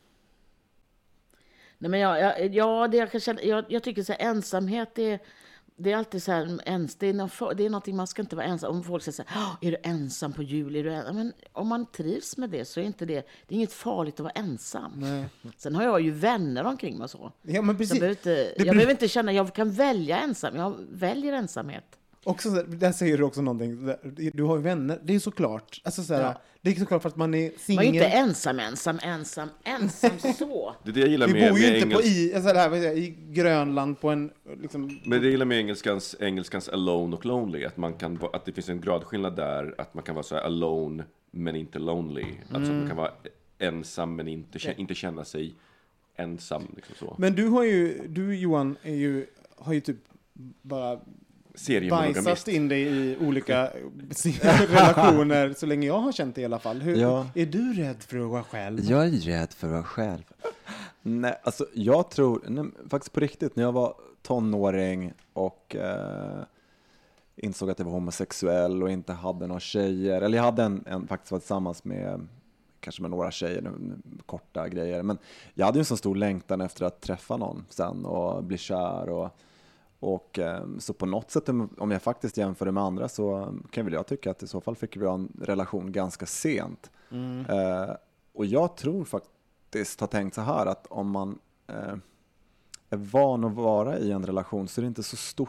Nej, men jag, jag, ja, det jag, kan känna, jag, jag tycker så här, ensamhet, det, det är alltid så här, ens, det, är någon, det är någonting man ska inte vara ensam. Om folk säger så här, är du ensam på jul? Är du ensam? Men om man trivs med det så är inte det, det är inget farligt att vara ensam. Nej. Sen har jag ju vänner omkring mig och så. Ja, men Så precis. jag behöver inte, jag blir- behöver inte känna, jag kan välja ensam, jag väljer ensamhet. Också, så här, där säger du också någonting. Du har ju vänner. Det är såklart. Alltså, så här, Ja. Det är såklart för att man är Man är singel. ju inte ensam, ensam, ensam, ensam så. Det är det jag gillar Vi med, bor ju med inte på engels- i, alltså, det här, vad säger jag, i Grönland på en... Liksom, Men det jag gillar med engelskans, engelskans alone och lonely, att, man kan, vara- att det finns en gradskillnad där, att man kan vara så här alone men inte lonely. Alltså att man kan vara ensam men inte, kä- inte känna sig ensam. Liksom så. men du har ju, du Johan, är ju, har ju typ bara Seriemonogamist. bajsat in dig i olika relationer så länge jag har känt det i alla fall. Hur, Ja. Är du rädd för att vara själv? Jag är rädd för att vara själv. Nej, alltså jag tror, nej, faktiskt på riktigt, när jag var tonåring och eh, insåg att jag var homosexuell och inte hade några tjejer, eller jag hade en, en faktiskt var tillsammans med kanske med några tjejer, nu, korta grejer, men jag hade ju en så stor längtan efter att träffa någon sen och bli kär och Och så på något sätt, om jag faktiskt jämför det med andra, så kan väl jag tycka att i så fall fick vi ha en relation ganska sent. Mm. Eh, och jag tror faktiskt, har tänkt så här, att om man eh, är van att vara i en relation så är det inte så stort.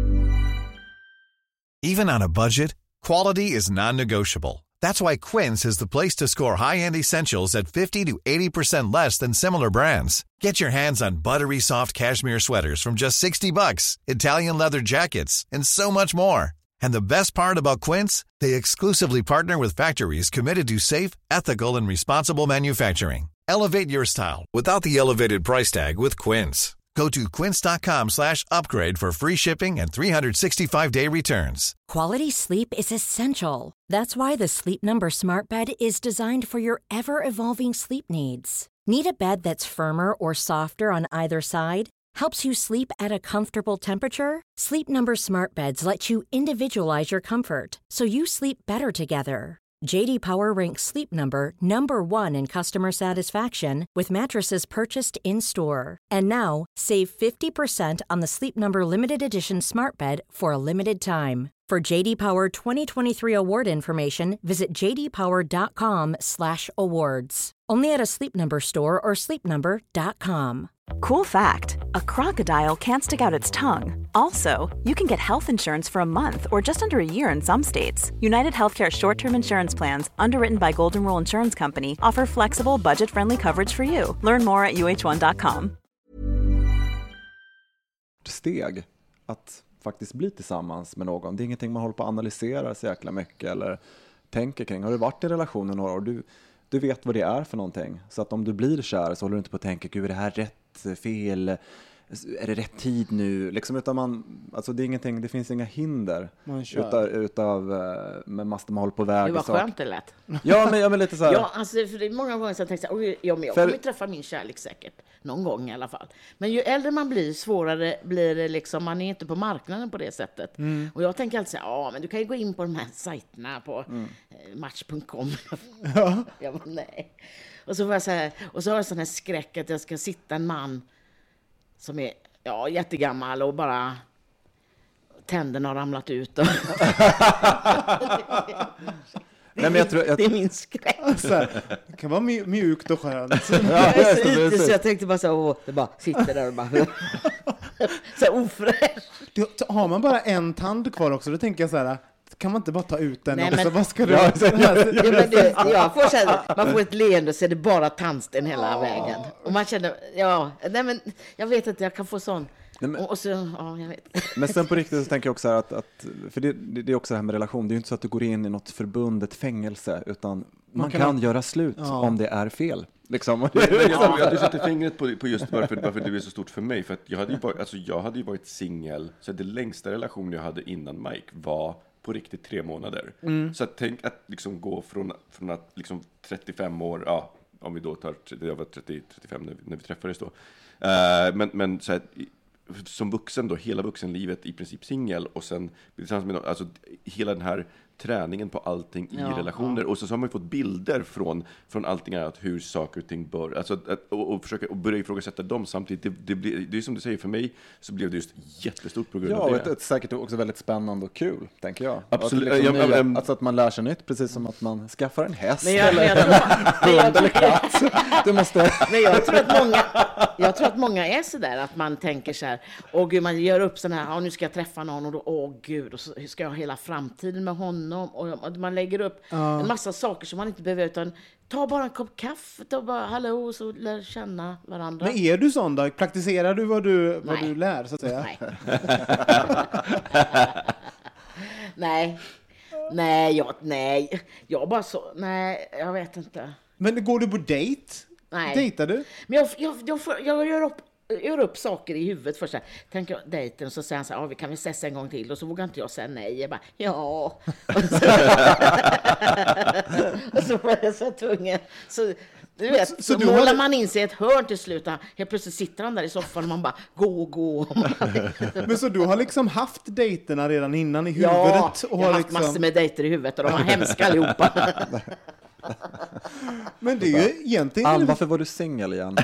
Even on a budget, quality is non-negotiable. That's why Quince is the place to score high-end essentials at fifty to eighty percent less than similar brands. Get your hands on buttery soft cashmere sweaters from just sixty bucks, Italian leather jackets, and so much more. And the best part about Quince, they exclusively partner with factories committed to safe, ethical, and responsible manufacturing. Elevate your style without the elevated price tag with Quince. Go to quince.com slash upgrade for free shipping and three sixty-five day returns. Quality sleep is essential. That's why the Sleep Number Smart Bed is designed for your ever-evolving sleep needs. Need a bed that's firmer or softer on either side? Helps you sleep at a comfortable temperature? Sleep Number Smart Beds let you individualize your comfort, so you sleep better together. J D Power ranks Sleep Number number one in customer satisfaction with mattresses purchased in-store. And now, save fifty percent on the Sleep Number Limited Edition Smart Bed for a limited time. For J D Power twenty twenty-three award information, visit j d power dot com slash awards. Only at a Sleep Number store or sleep number dot com. Cool fact, a crocodile can't stick out its tongue. Also, you can get health insurance for a month or just under a year in some states. United Healthcare short-term insurance plans, underwritten by Golden Rule Insurance Company, offer flexible, budget-friendly coverage for you. Learn more at u h one dot com. Steg att faktiskt bli tillsammans med någon. Det är ingenting man håller på att analysera så jäkla mycket eller tänker kring. Har du varit i relationen några år? Du, du vet vad det är för någonting. Så att om du blir kär så håller du inte på att tänka, gud, är det här rätt, fel? är det rätt tid nu? Liksom, utan man, alltså det är ingenting, det finns inga hinder. Man kör. Utav, utav med master man håller på väg. Det var och sak. skönt det lät. Ja, men, ja, men lite så här. Ja, alltså, för det är många gånger så jag tänkte så här, ja, men jag För- kommer träffa min kärlek säkert. Någon gång i alla fall. Men ju äldre man blir, svårare blir det liksom. Man är inte på marknaden på det sättet. Mm. Och jag tänker alltid så här, ja, men du kan ju gå in på de här sajterna på Mm. eh, match punkt com. Ja. Jag bara, nej. Och så var jag så här, och så har jag sån här skräck att jag ska sitta en man som är ja, jättegammal och bara tänderna har ramlat ut. Och Nej, men jag tror, jag, det är min skräck. Så här, det kan vara mj- mjukt och skönt. ja, Jag är just så det, ytlig precis. så jag tänkte bara så här, åh, det bara sitter där och bara så här ofräsch. Det, har man bara en tand kvar också, då tänker jag så här, kan man inte bara ta ut den Nej, också? men- Vad ska du... Ja, Ja, Ja, men du, jag får så här, man får ett leende och så är det bara tandsten hela vägen. Och man känner, ja, nej men jag vet inte, jag kan få sån. Nej, men- Och, och så, ja, jag vet. Men sen på riktigt så tänker jag också här att, att för det, det det är också det här med relation. Det är ju inte så att du går in i något förbundet fängelse, utan man, kan kan, ha- göra slut Ja. om det är fel. Liksom. Men jag, jag, du sätter fingret på, på just varför, varför det blev så stort för mig. För att jag hade ju varit, alltså jag hade ju varit singel, så det längsta relationen jag hade innan Mike var på riktigt tre månader. Så att tänk att liksom gå från, från att liksom trettiofem år, ja, om vi då tar, jag var trettio, trettiofem när vi, när vi träffades då. Uh, men men så här, som vuxen då, hela vuxenlivet i princip singel och sen tillsammans med någon, alltså hela den här träningen på allting i Ja, relationer och så, så har man ju fått bilder från, från allting annat, hur saker och ting bör, alltså att, och, och försöka och börja ifrågasätta dem samtidigt. Det, det, blir, det är som du säger, för mig så blev det just jättestort på grund Ja, av och det. ett, ett, säkert också väldigt spännande och kul, tänker jag. Absolut. Att, liksom Ja, nya, men- alltså att man lär sig nytt, precis som att man skaffar en häst Men jag, men eller jag, men jag, hund eller katt. Du måste... men jag tror att många, jag tror att många är så där att man tänker så här, åh gud, man gör upp sån här, ja, nu ska jag träffa någon och då, åh gud, och så ska jag ha hela framtiden med honom och man lägger upp en massa saker som man inte behöver, utan ta bara en kopp kaffe, ta bara hallå och så lär känna varandra. Men är du sån då? Praktiserar du vad du, vad Nej. du lär, så att säga? Nej. nej. Nej, jag, nej. Jag bara så, nej, jag vet inte. Men går du på dejt? Nej. Dejtar du? Men jag, jag, jag, får, jag gör, upp, gör upp saker i huvudet först. Så här. Tänker jag dejten och så säger han så här, ah, vi kan väl ses en gång till. Och så vågar inte jag säga nej. Jag bara, ja. Och så, och så var jag så tvungen. Så, du vet, så, Så- så, så du målar har- man in sig i ett hörn till slut. Helt plötsligt sitter han där i soffan och man bara, gå, gå. Men så du har liksom haft dejterna redan innan i huvudet? Ja, och jag har haft liksom... massor med dejter i huvudet och de var hemska allihopa. Men det är ju egentligen... Ann, varför var du singel igen?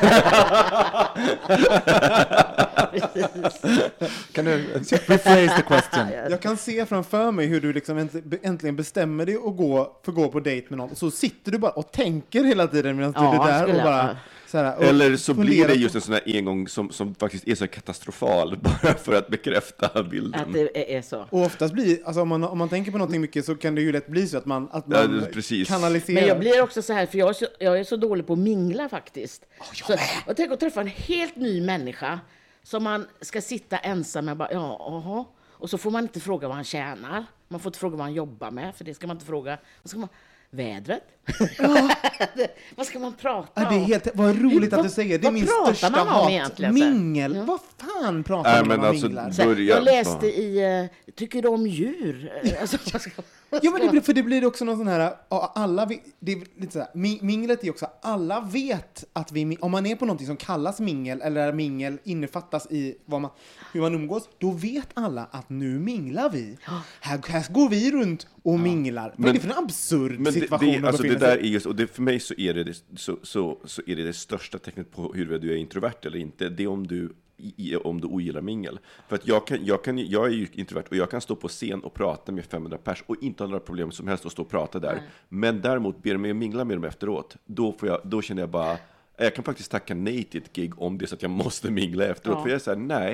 Kan du rephrase the question? Jag kan se framför mig hur du liksom änt- äntligen bestämmer dig och gå, för gå på dejt med någon. Och så sitter du bara och tänker hela tiden medan Ja, du är där skulle och jag- bara... Så här, och Eller så blir funderar det på- just en sån här engång som, som faktiskt är så katastrofal bara för att bekräfta bilden. Att det är så. Och oftast blir, alltså om man, om man tänker på någonting mycket så kan det ju lätt bli så att man, att Ja, man det- precis. kanaliserar. Men jag blir också så här, för jag är så, jag är så dålig på att mingla faktiskt. Så, och tänk att träffa en helt ny människa som man ska sitta ensam med. Bara, ja, aha. Och så får man inte fråga vad han tjänar. Man får inte fråga vad han jobbar med, för det ska man inte fråga. Och så ska man, vädret? Vad ska man prata Ja, det är om? helt, vad roligt Vad- att du säger. Det är vad min pratar största man om hat. egentligen, så här? Mingel. Ja. Vad fan pratar Nej, man men om man alltså, minglar? Så här, börja- jag läste i, uh, tycker du om djur? Alltså, vad ska, vad Ja, men ska det blir, för det blir också någon sån här, ja, alla, vi- det är lite så här, mi- minglet är också, alla vet att vi, om man är på någonting som kallas mingel, eller mingel innefattas i vad man, hur man umgås, då vet alla att nu minglar vi. Här, här går vi runt och minglar. Vad är Men- det för en absurd Men situation det, det, att alltså det befinna där sig är just, och det, för mig så är det, det så, så, så är det det största tecknet på huruvida du är introvert eller inte. Det är om du, i, om du ogillar mingel. För att jag, kan, jag, kan, jag är ju introvert och jag kan stå på scen och prata med femhundra pers och inte ha några problem som helst att stå och prata där. Nej. Men däremot ber mig att mingla med dem efteråt. Då, får jag, då känner jag bara, jag kan faktiskt tacka nej till ett gig om det så att jag måste mingla efteråt. Ja. För jag är så här, nej.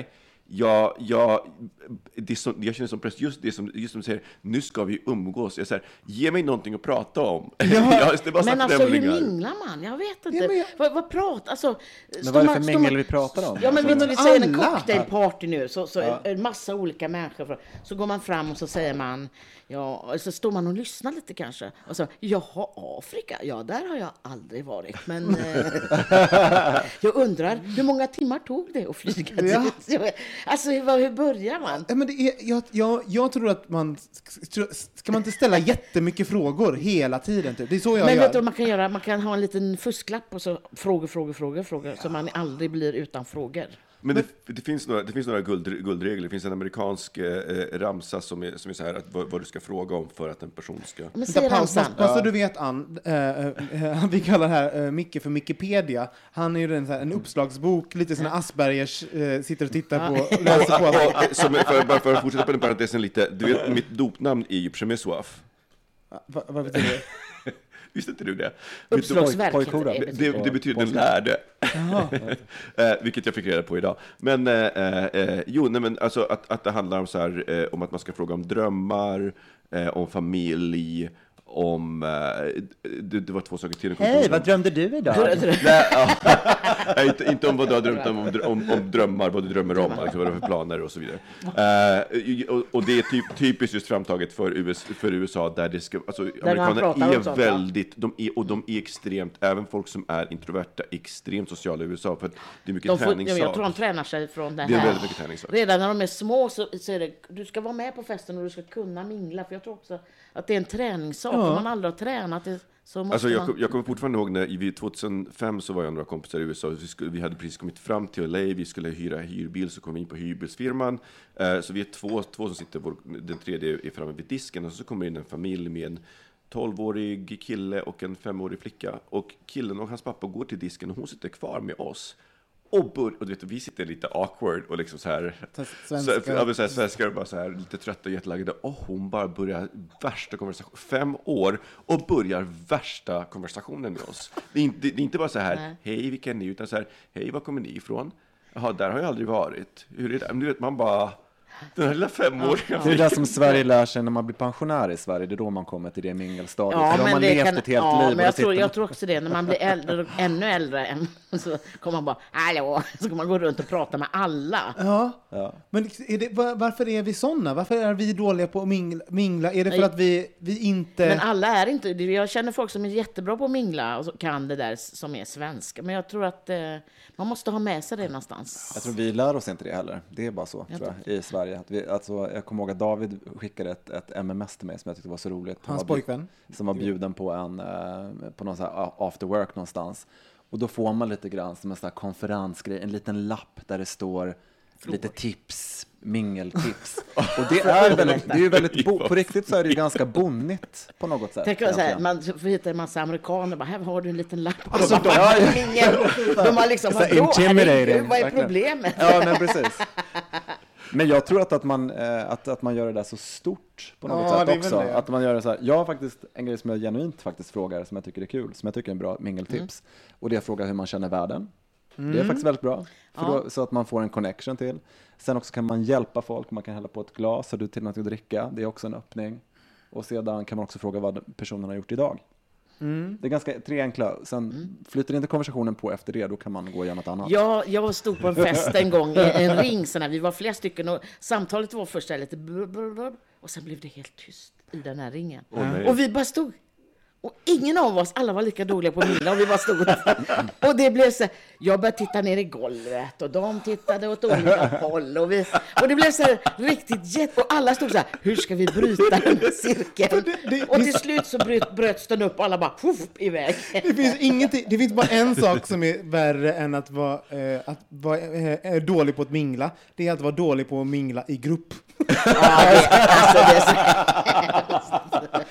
jag, jag, det som, jag känner som press, just det som, just som säger, nu ska vi umgås. Jag säger, ge mig någonting att prata om. Ja. det var men alltså, hur minglar man? Jag vet inte. Ja, jag... Vad, vad pratar, alltså... Men vad är det för mingel vi pratar om? Ja, men alltså, vet du, vi säger en cocktailparty nu, så, så ja. en massa olika människor. Så går man fram och så säger man, ja, så står man och lyssnar lite kanske. Och så, jaha, Afrika, ja, där har jag aldrig varit. Men eh, jag undrar, hur många timmar tog det att flyga dit? Ja. Alltså, hur, hur börjar man? Ja, men det är, jag, jag, jag tror att man, ska man inte ställa jättemycket frågor hela tiden? Typ. Det är så jag men gör. Vet du, man kan göra, man kan ha en liten fusklapp och så frågor, frågor, frågor, frågor, ja. Så man aldrig blir utan frågor. Men det, det finns några, det finns några guld, guldregler. Det finns en amerikansk eh, ramsa som är, som är så här att vad, vad du ska fråga om för att en person ska... Men säg ramsan. Bara så du vet, Ann, äh, äh, vi kallar det här äh, Micke för Wikipedia. Han är ju en, en uppslagsbok, lite såna Aspergers äh, sitter och tittar på och läser på. och, och, som, för, bara för att fortsätta på den parentesen lite, du vet, mitt dopnamn är ju Przemysław. Va, vad betyder det? Visste inte du det? Uppslagsverk. Det, det, det betyder den lärde. eh, vilket jag fick reda på idag. Men, eh, eh, jo, nej, men alltså att, att det handlar om, så här, eh, om att man ska fråga om drömmar, eh, om familj, om... Eh, det, det var två saker till. Hej, vad drömde du idag? Nej, ja. inte, inte om vad du har drömt om, om, om, om drömmar, vad du drömmer om, alltså vad du har för planer och så vidare. Eh, och, och det är typ, typiskt just framtaget för U S A, för U S A där det ska... Alltså, där amerikaner är sånt, väldigt... De är, och de är extremt... Även folk som är introverta, extremt sociala i U S A, för att det är mycket de får, träningssak. Jag tror de tränar sig från det här. Det är väldigt mycket träningssak. Redan när de är små så, så är det... Du ska vara med på festen och du ska kunna mingla, för jag tror också att det är en träningssak. Ja. Om man aldrig har tränat det, så måste alltså, jag, man... jag kommer fortfarande ihåg när vi tjugohundrafem så var jag några kompisar i U S A. Vi, skulle, vi hade precis kommit fram till L A. Vi skulle hyra hyrbil, så kom vi in på hyrbilsfirman. Uh, så vi är två, två som sitter, vår, den tredje är framme vid disken. Och så kommer in en familj med en tolvårig kille och en femårig flicka. Och killen och hans pappa går till disken och hon sitter kvar med oss. Och, bör, och du vet, vi sitter lite awkward och liksom så här, svenskar, så, ja, så här, svenskar bara så här lite trötta och jättelagda. Och hon bara börjar värsta konversationen, fem år, och börjar värsta konversationen med oss. Det är inte, det är inte bara så här, nej. Hej, vilka är ni? Utan så här, hej, var kommer ni ifrån? Jaha, där har jag aldrig varit. Hur är det? Men du vet, man bara... Den här lilla femåriga ja, ja. Det är det som Sverige lär sig när man blir pensionär i Sverige. Det är då man kommer till det mingelstadiet. Ja, för men man det levt kan, ett helt ja, liv. Men jag, tror, jag tror också det. När man blir äldre, ännu äldre än, så kommer man bara, hallå, så ska man gå runt och prata med alla. Ja, ja. Men är det, var, varför är vi sådana? Varför är vi dåliga på att mingla? mingla? Är det för Nej. att vi, vi inte... Men alla är inte... Jag känner folk som är jättebra på att mingla och kan det där som är svenska. Men jag tror att eh, man måste ha med sig det någonstans. Jag tror vi lär oss inte det heller. Det är bara så, jag tror jag, i Sverige. Att vi, alltså, jag kommer ihåg att David skickade ett, ett M M S till mig som jag tyckte var så roligt. Hans pojkvän. Som var bjuden på en uh, på någon så här after work någonstans. Och då får man lite grann som en sån här konferensgrej, en liten lapp där det står Frågor. lite tips, mingeltips. Och det är väldigt, det är ju väldigt bo, på riktigt så är det ju ganska bonnigt på något sätt. Tänk så här, man får hitta en massa amerikaner bara, här har du en liten lapp. Alltså, de, bara, mingel. De har liksom, så intimidating. Vad är problemet? Ja, men precis. Men jag tror att, att, man, eh, att, att man gör det där så stort på något ja, sätt också. Att man gör det så här. Jag har faktiskt en grej som jag genuint faktiskt frågar, som jag tycker är kul, som jag tycker är en bra mingeltips. Mm. Och det är att fråga hur man känner världen. Mm. Det är faktiskt väldigt bra. För ja. då, så att man får en connection till. Sen också kan man hjälpa folk. Man kan hälla på ett glas. Har du till något att dricka? Det är också en öppning. Och sedan kan man också fråga vad personen har gjort idag. Mm. Det är ganska tre enkla. Sen mm. flyter inte konversationen på efter det, då kan man gå igenom något annat. Ja, jag stod på en fest en gång i en ring sån här. Vi var flera stycken och samtalet var först lite blablabla, och sen blev det helt tyst i den här ringen. Oh, och vi bara stod. Och ingen av oss, alla var lika dåliga på mingla och vi var stod. Och det blev så, jag började titta ner i golvet och de tittade åt olika håll. Och, vi, och det blev så här riktigt jätte... Och alla stod så här, hur ska vi bryta den här cirkeln? Det, det, och till slut så bröt, bröts den upp och alla bara puff, iväg. Det finns ingenting, det finns bara en sak som är värre än att vara, eh, att vara eh, dålig på att mingla. Det är att vara dålig på att mingla i grupp. Ja, det, alltså det är så...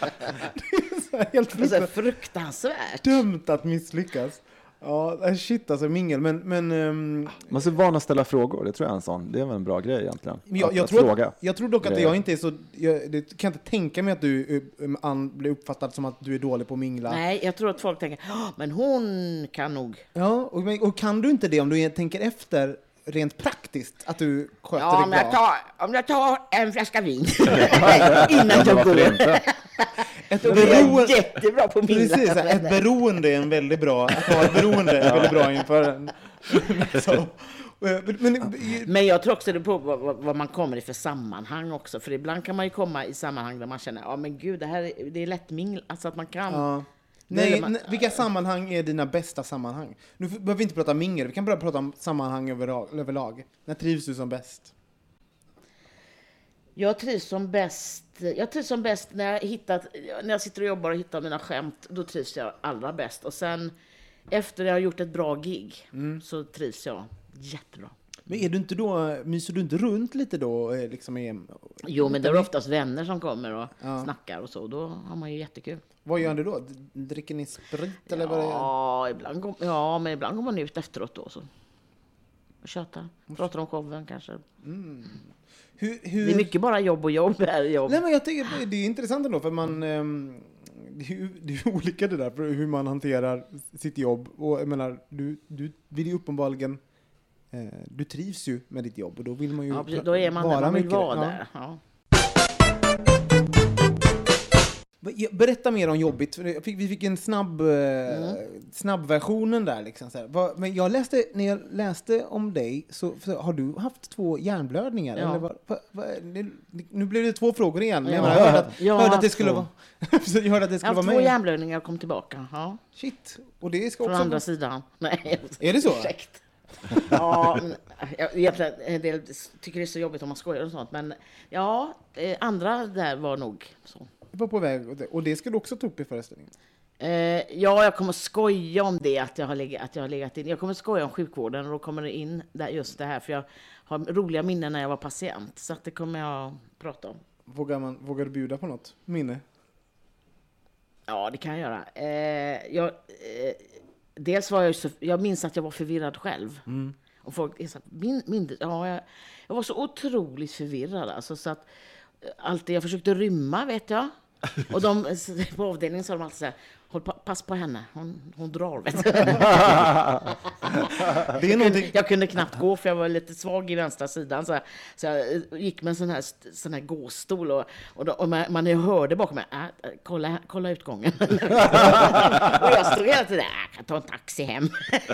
Helt fruktansvärt. fruktansvärt. Dömt att misslyckas. Ja, shit alltså mingel. Men, men, um... man måste vana att ställa frågor. Det tror jag är en sån. Det är väl en bra grej egentligen. Jag, jag, att, tror, att fråga. jag tror dock att grejer. jag inte är så... Jag det, kan inte tänka mig att du um, blir uppfattad som att du är dålig på att mingla. Nej, jag tror att folk tänker, men hon kan nog. Ja, och, och kan du inte det om du tänker efter... rent praktiskt att du sköter Ja, om dig jag, bra? tar, om jag tar en flaska vin innan jag går. Ett Då blir jag beroende, jättebra på min precis, ett beroende är en väldigt bra, att ha ett beroende är väldigt bra inför en. Så. Men, Men jag tror också det på vad, vad, vad man kommer i för sammanhang också. För ibland kan man ju komma i sammanhang där man känner, ja men gud, det här är, det är lättmingel. Alltså att man kan... ja. Nej, Nej, man, nej, vilka sammanhang är dina bästa sammanhang? Nu behöver vi inte prata mingel, vi kan bara prata om sammanhang överlag. överlag. När trivs du som bäst? Jag trivs som bäst. Jag trivs som bäst när jag hittat, när jag sitter och jobbar och hittar mina skämt. Då trivs jag allra bäst. Och sen efter jag har gjort ett bra gig mm. så trivs jag jättebra. Men är du inte då, myser du inte runt lite då? Liksom är, jo, men det är oftast vänner som kommer och ja. snackar och så. Då har man ju jättekul. Vad gör du då? Dricker ni sprit eller ja, vad det är? Ja, ibland går, ja, men ibland går man ut efteråt då. Så. Och köta. Pratar om showen kanske. Mm. Hur, hur... Det är mycket bara jobb och jobb här. Jobb. Nej, men jag tycker det är intressant ändå för man... Um, det är ju det är olika det där för hur man hanterar sitt jobb. Och jag menar, du, du vill ju uppenbarligen... Eh, du trivs ju med ditt jobb och då vill man ju ja, precis, då är man vara där, man vill mycket vara ja. där. Ja. Berätta mer om jobbet. För vi fick en snabb, mm. snabb versionen där. Liksom, så här. Men jag läste, när jag läste om dig så, så har du haft två hjärnblödningar. Ja. Eller vad, vad, vad, nu blev det två frågor igen. Men ja. jag, menar, jag hörde att, jag hörde att det skulle vara jag hörde att det skulle jag har haft vara två med. hjärnblödningar och kom tillbaka. Ja. Shit. Och det ska från också andra vara... sidan. Nej, är det så? Ursäkt. Ja, jag, jag, en del tycker det är så jobbigt om man skojar och sånt. Men ja, andra där var nog så. Jag var på väg. Och det ska du också ta upp i föreställningen? Eh, ja, jag kommer skoja om det, att jag har legat, att jag har legat in. Jag kommer skoja om sjukvården och då kommer det in där, just det här. För jag har roliga minnen när jag var patient. Så att det kommer jag prata om. Vågar, man, vågar du bjuda på något minne? Ja, det kan jag göra. Eh, jag, eh, dels var jag så, jag minns att jag var förvirrad själv. Mm. Och folk är så min, min, ja, jag, jag var så otroligt förvirrad. Alltså, så att alltid, jag försökte rymma, vet jag. Och de på avdelningen sa de alltid så här, håll pa, pass på henne, hon, hon drar, vet du. Det är någonting... jag, kunde, jag kunde knappt gå för jag var lite svag i vänstra sidan. Så, här, så jag gick med en sån här, sån här gåstol och, och, då, och man, man hörde bakom mig, äh, kolla, kolla utgången. Och jag stod hela tiden, jag kan ta en taxi hem.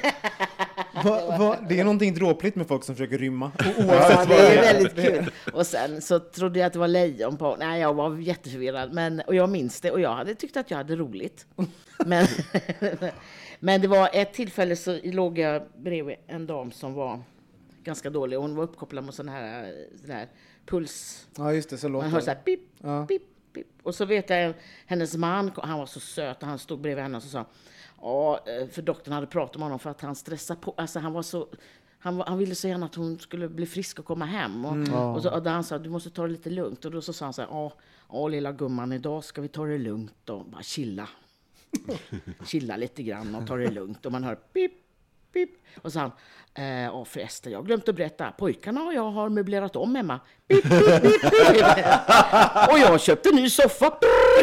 Va, va, det är någonting dråpligt med folk som försöker rymma. Ja, det är väldigt kul. Och sen så trodde jag att det var lejon på. Nej, jag var jätteförvirrad. Men, och jag minns det. Och jag hade tyckt att jag hade roligt. Men, men det var ett tillfälle så låg jag bredvid en dam som var ganska dålig. Hon var uppkopplad med sån här, sån här puls. Ja, just det. Så låter man hör så här pip, ja. pip, pip. Och så vet jag, hennes man, han var så söt. Och han stod bredvid henne och så sa, ja, för doktorn hade pratat med honom för att han stressade på. Alltså han var så... Han, han ville så gärna att hon skulle bli frisk och komma hem. Och, mm. och, så, och där han sa, du måste ta det lite lugnt. Och då så sa han så här, ja, ja lilla gumman, idag ska vi ta det lugnt och bara chilla. Chilla lite grann och ta det lugnt. Och man hör pip, pip. Och så han, eh, ja förresten, jag har glömt att berätta. Pojkarna och jag har möblerat om hemma. Pip, pip, pip, pip. Och jag köpte en ny soffa.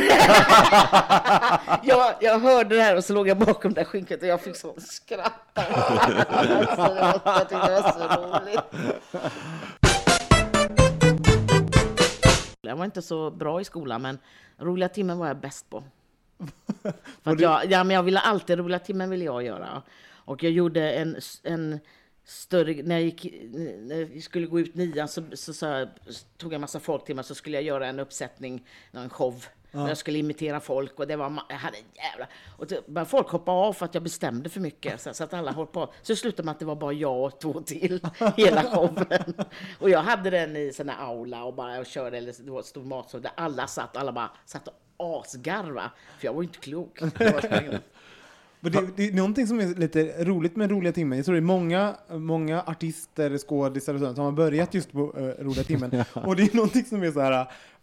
jag, jag hörde det här och så låg jag bakom det skynket och jag fick så skratta. Alltså, jag tyckte det var så roligt. Jag var inte så bra i skolan, men roliga timmen var jag bäst på. För att jag, ja, men jag ville alltid, roliga timmen ville jag göra. Och jag gjorde en, en större, när jag, gick, när jag skulle gå ut nian så, så, så tog jag massa folk till mig, så skulle jag göra en uppsättning, en show. Ja. Jag skulle imitera folk och det var, jag hade jävla, och det, folk hoppade av för att jag bestämde för mycket, så, så att alla hoppade av. Så slutade med att det var bara jag och två till hela showen. Och jag hade den i sån här aula och bara och körde, eller det var ett stort mat så där alla satt, alla bara satt och asgarva, för jag var inte klok. Men det, det är någonting som är lite roligt med roliga timmen. Jag tror det är många, många artister, skådisar och sånt som har börjat just på uh, roliga timmen. Och det är någonting som är så här,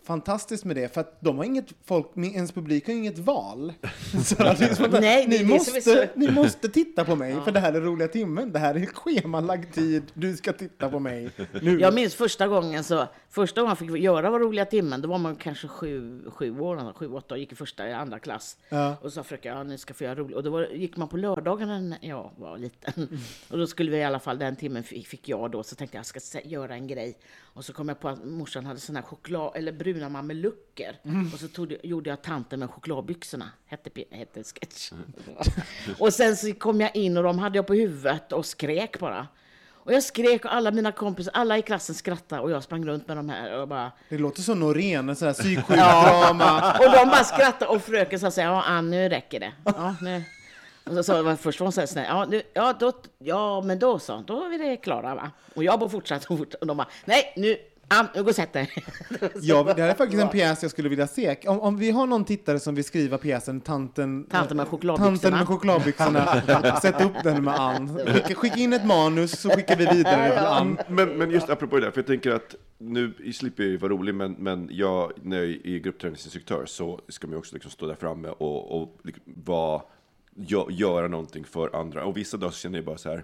fantastiskt med det, för att de har inget folk, ens publik har inget val. Så att liksom, Nej, ni, det måste, så... ni måste titta på mig, ja. För det här är roliga timmen. Det här är schemalagd tid. Du ska titta på mig nu. Jag minns första gången så första gången jag fick göra var roliga timmen, då var man kanske sju, sju år, sju, åtta och gick i första i andra klass. Ja. Och så fröken, ja, ni ska få göra roligt. Och då var, gick man på lördagarna när jag var liten. Mm. Och då skulle vi i alla fall, den timmen fick jag då, så tänkte jag, jag ska göra en grej. Och så kom jag på att morsan hade såna här choklad, eller bruna mamelucker. Mm. Och så tog, gjorde jag tanten med chokladbyxorna. Hette, hette sketch. Mm. Och sen så kom jag in och de hade jag på huvudet och skrek bara. Och jag skrek och alla mina kompisar, alla i klassen skrattade och jag sprang runt med de här och bara... Det låter som Norén, en sån här psyksjukdrama. Ja. Och de bara skrattade och fröken sa så här, ja Ann, nu räcker det. Ja, nu. Och så sa jag först var hon så här snäll, ja, nu, ja, då, ja men då så, då är vi det klara va. Och jag bara fortsatte och fortsatte och de bara, nej nu, Ann, nu går och sätt dig. Ja, det här är faktiskt en pjäs jag skulle vilja se. Om, om vi har någon tittare som vill skriva pjäsen Tanten, Tanten med chokladbyxorna, Tanten med chokladbyxorna sätt upp den med Ann. Skicka, skicka in ett manus så skickar vi vidare till Ann. Men, men just apropå det där, för jag tänker att nu slipper jag ju vara rolig, men, men jag, när jag är gruppträningsinstruktör så ska man ju också liksom stå där framme och, och liksom vara, göra någonting för andra. Och vissa dagar så känner jag bara så här,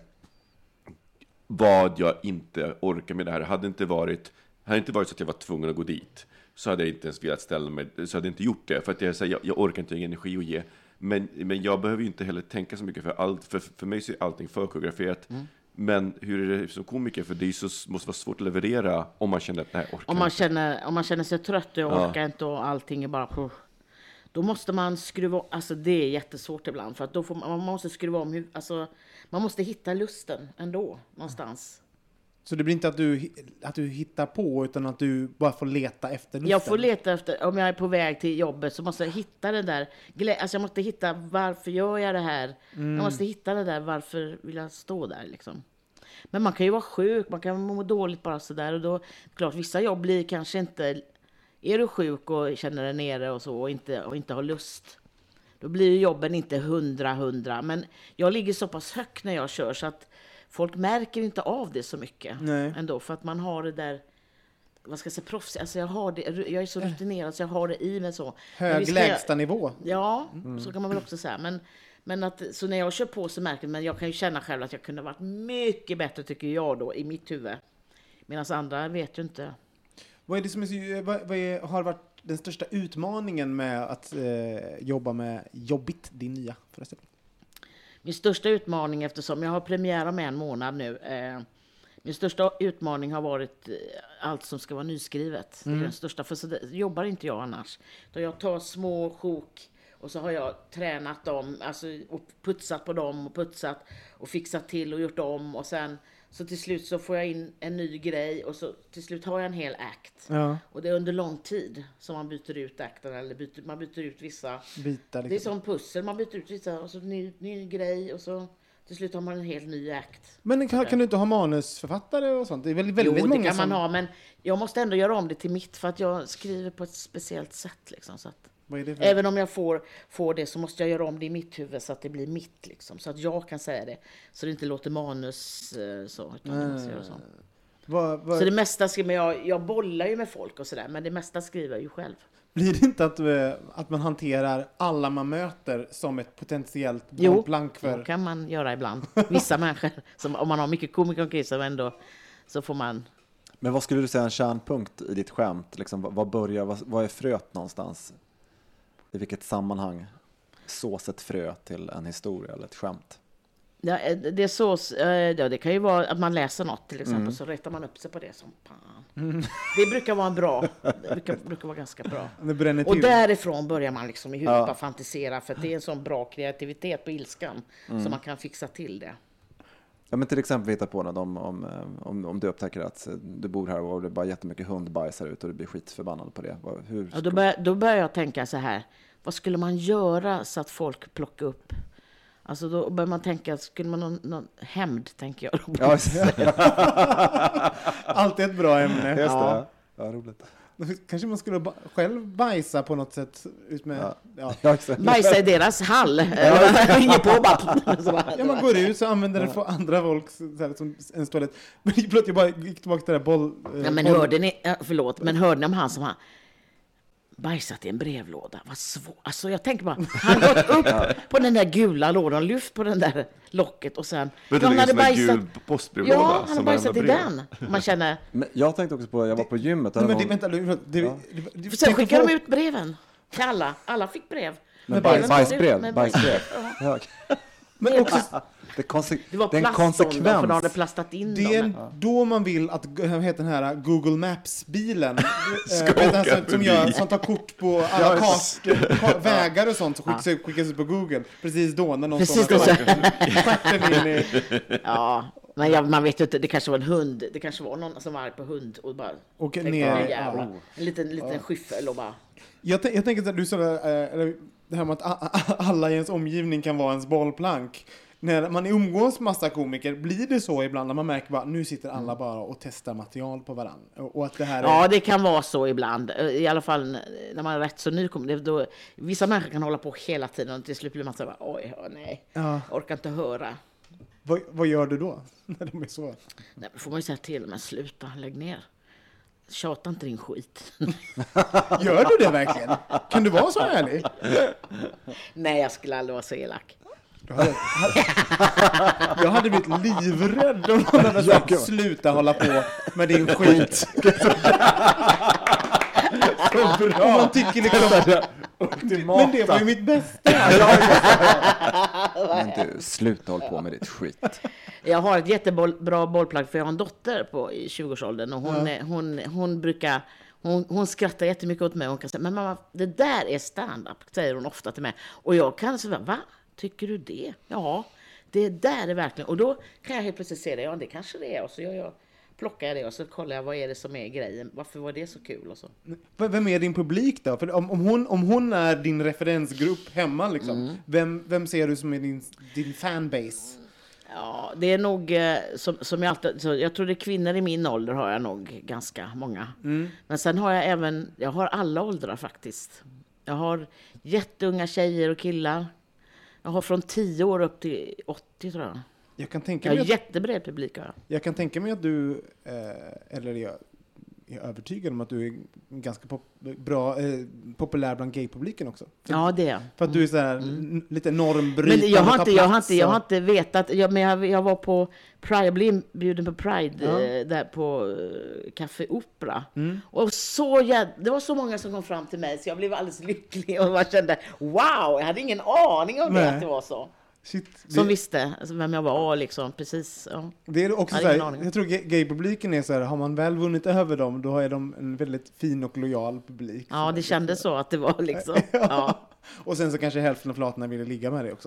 vad jag inte orkar med det här. Det hade inte varit, hade inte varit så att jag var tvungen att gå dit, så hade jag inte ens velat ställa mig, så hade jag inte gjort det. För att jag, så här, jag, jag orkar inte ha energi att ge. Men, men jag behöver ju inte heller tänka så mycket, för, allt, för, för mig så är allting förkoreograferat. Mm. Men hur är det som komiker? För det är så, måste vara svårt att leverera om man känner att nej, orkar om man inte. Känner, om man känner sig trött och orkar ja. inte och allting är bara... Då måste man skruva om, alltså det är jättesvårt ibland, för att då får man, man måste skruva om, hur, alltså man måste hitta lusten ändå någonstans. Så det blir inte att du, att du hittar på, utan att du bara får leta efter lusten? Jag får leta efter, om jag är på väg till jobbet så måste jag hitta det där, alltså jag måste hitta varför gör jag det här? Mm. Jag måste hitta det där, varför vill jag stå där liksom? Men man kan ju vara sjuk, man kan må dåligt bara sådär, och då, klart vissa jobb blir kanske inte... Är du sjuk och känner dig nere och så och inte, och inte har lust, då blir jobben inte hundra hundra. Men jag ligger så pass högt när jag kör så att folk märker inte av det så mycket. Nej. Ändå. För att man har det där, vad ska jag säga, proffs. Alltså jag, har det, jag är så rutinerad så jag har det i mig så. Hög lägsta nivå. Ja, mm. så kan man väl också säga. Men, men att, så när jag kör på så märker men jag kan ju känna själv att jag kunde varit mycket bättre tycker jag då i mitt huvud. Medan andra vet ju inte. Vad är det som är, vad, vad är, har varit den största utmaningen med att eh, jobba med Jobbigt, din nya föreställning? Min största utmaning, eftersom jag har premiär om en månad nu, eh, min största utmaning har varit eh, allt som ska vara nyskrivet. Mm. Det är den största, för så det, jobbar inte jag annars. Då jag tar små sjok och så har jag tränat dem, alltså, och putsat på dem och putsat och fixat till och gjort om och sen så till slut så får jag in en ny grej och så till slut har jag en hel akt. Ja. Och det är under lång tid som man byter ut akten eller byter, man byter ut vissa bitar. Liksom. Det är som pussel, man byter ut vissa och så ny, ny grej och så till slut har man en helt ny akt. Men kan, kan du inte ha manusförfattare och sånt? Det är väldigt, väldigt jo, många det kan som... man ha, men jag måste ändå göra om det till mitt för att jag skriver på ett speciellt sätt liksom, så att även om jag får, får det så måste jag göra om det i mitt huvud så att det blir mitt liksom, så att jag kan säga det så det inte låter manus så utan jag måste göra så. Var, var... Så det mesta skriver jag, jag bollar ju med folk och sådär, men det mesta skriver jag ju själv. Blir det inte att, att man hanterar alla man möter som ett potentiellt blank för... Jo, det kan man göra ibland. Vissa människor, som, om man har mycket komiker omkring sig ändå, så får man... Men vad skulle du säga en kärnpunkt i ditt skämt? Liksom, vad börjar, vad, vad är fröet någonstans? I vilket sammanhang sås ett frö till en historia eller ett skämt? Ja, det, sås, ja, det kan ju vara att man läser något till exempel, mm. så rättar man upp sig på det som fan. Mm. Det brukar vara en bra, det brukar, brukar vara ganska bra. Och därifrån börjar man liksom i huvudet ja. bara fantisera, för det är en sån bra kreativitet på ilskan mm. så man kan fixa till det. Ja, men till exempel hitta på något om, om, om, om du upptäcker att du bor här och det är bara jättemycket hundbajs här ute och du blir skitförbannad på det. Hur ja, då, bör, då börjar jag tänka så här, vad skulle man göra så att folk plockar upp? Alltså då börjar man tänka, skulle man någon, någon hämnd, tänker jag. Ja, alltid ett bra ämne. Just det. Ja, ja roligt. Kanske man skulle ba- själv bajsa på något sätt ut med ja. Ja. Bajsa i deras hall. Ja. Ringer på bara. Ja, man går ut så använder det för andra folk så här, som en toalett. Men jag bara gick tillbaka till det där boll. Ja, men boll. Hörde ni förlåt, men hörde ni om han som han bajsat i en brevlåda. Vad svårt. Alltså jag tänker bara, han gått upp på den där gula lådan, lyft på den där locket och sen... Men det är en bajsat... gul postbrevlåda. Ja, han har bajsat i den. Man känner... Men jag tänkte också på, jag var på gymmet. Men någon... det, vänta, det, det, ja. det, det, sen skickade de ut breven till alla. Alla fick brev. Men bajs, bajsbrev, bajsbrev. Ja. Men också... Det, konse- det var det är en konsekvens. För de hade plastat in det är dem. då man vill att vad heter den här Google Maps-bilen äh, som, som, gör, som tar kort på alla kart, kart, vägar och sånt som skickas, ja. skickas ut på Google. Precis då när någon Precis står i... Ja, men jag, man vet ju inte, det kanske var en hund. Det kanske var någon som var arg på hund och bara... Och ner, jävla, oh. En liten, liten ja. skyffel och bara... Jag, t- jag tänker att du sa äh, det här med att alla i ens omgivning kan vara ens bollplank. När man umgås massa komiker, blir det så ibland när man märker bara nu sitter alla bara och testar material på varandra? Och att det här är... Ja, det kan vara så ibland. I alla fall när man är rätt så ny komiker. Då, vissa människor kan hålla på hela tiden och till slut blir man så bara, oj, nej, ja. jag orkar inte höra. Vad, vad gör du då när de är så? Nej, får man ju säga till, men sluta, lägg ner. Tjata inte din skit. Gör du det verkligen? Kan du vara så ärlig? Nej, jag skulle aldrig vara så elak. Jag hade, jag hade blivit livrädd om någon hade sagt sluta hålla på med din skit. Så bra. Man tycker liksom men det var ju mitt bästa. Men du, sluta hålla på med ditt skit. Jag har ett jättebra bollplagg för jag har en dotter på i tjugoårsåldern och hon, ja. hon, hon brukar hon, hon skrattar jättemycket åt mig och hon kan säga, men mamma, det där är stand-up, säger hon ofta till mig. Och jag kan säga, va? Tycker du det? Ja, det där är verkligen. Och då kan jag helt plötsligt se det. Ja, det kanske det är. Och så gör jag, plockar jag det och så kollar jag vad är det som är grejen. Varför var det så kul? Och så. Vem är din publik då? För om, om, hon, om hon är din referensgrupp hemma, liksom, mm. vem, vem ser du som är din, din fanbase? Ja, det är nog eh, som, som jag alltid... Så jag tror det är kvinnor i min ålder har jag nog ganska många. Mm. Men sen har jag även... Jag har alla åldrar faktiskt. Jag har jätteunga tjejer och killar. Jag har från tio år upp till åttio, tror jag. Jag kan tänka mig jag har att, jättebred publik. Jag. jag kan tänka mig att du, eh, eller jag är övertygad om att du är ganska pop, bra, eh, populär bland gaypubliken också. För, ja, det är För att du är så här, mm. n- lite normbrytande. Men jag har inte, jag har inte, jag har inte vetat. Jag, men jag, jag var på Pride, jag blev inbjuden på Pride ja. eh, där på eh, Café Opera. Mm. Och så jag, det var så många som kom fram till mig så jag blev alldeles lycklig och jag kände, wow, jag hade ingen aning om det, att det var så. Shit, det... Som visste alltså, vem jag var liksom, precis. Ja. Det är också så här, jag tror gaypubliken är så här, har man väl vunnit över dem, då är de en väldigt fin och lojal publik. Ja, det kändes så att det var liksom. ja. Ja. Och sen så kanske hälften av flatorna ville ligga med dig också.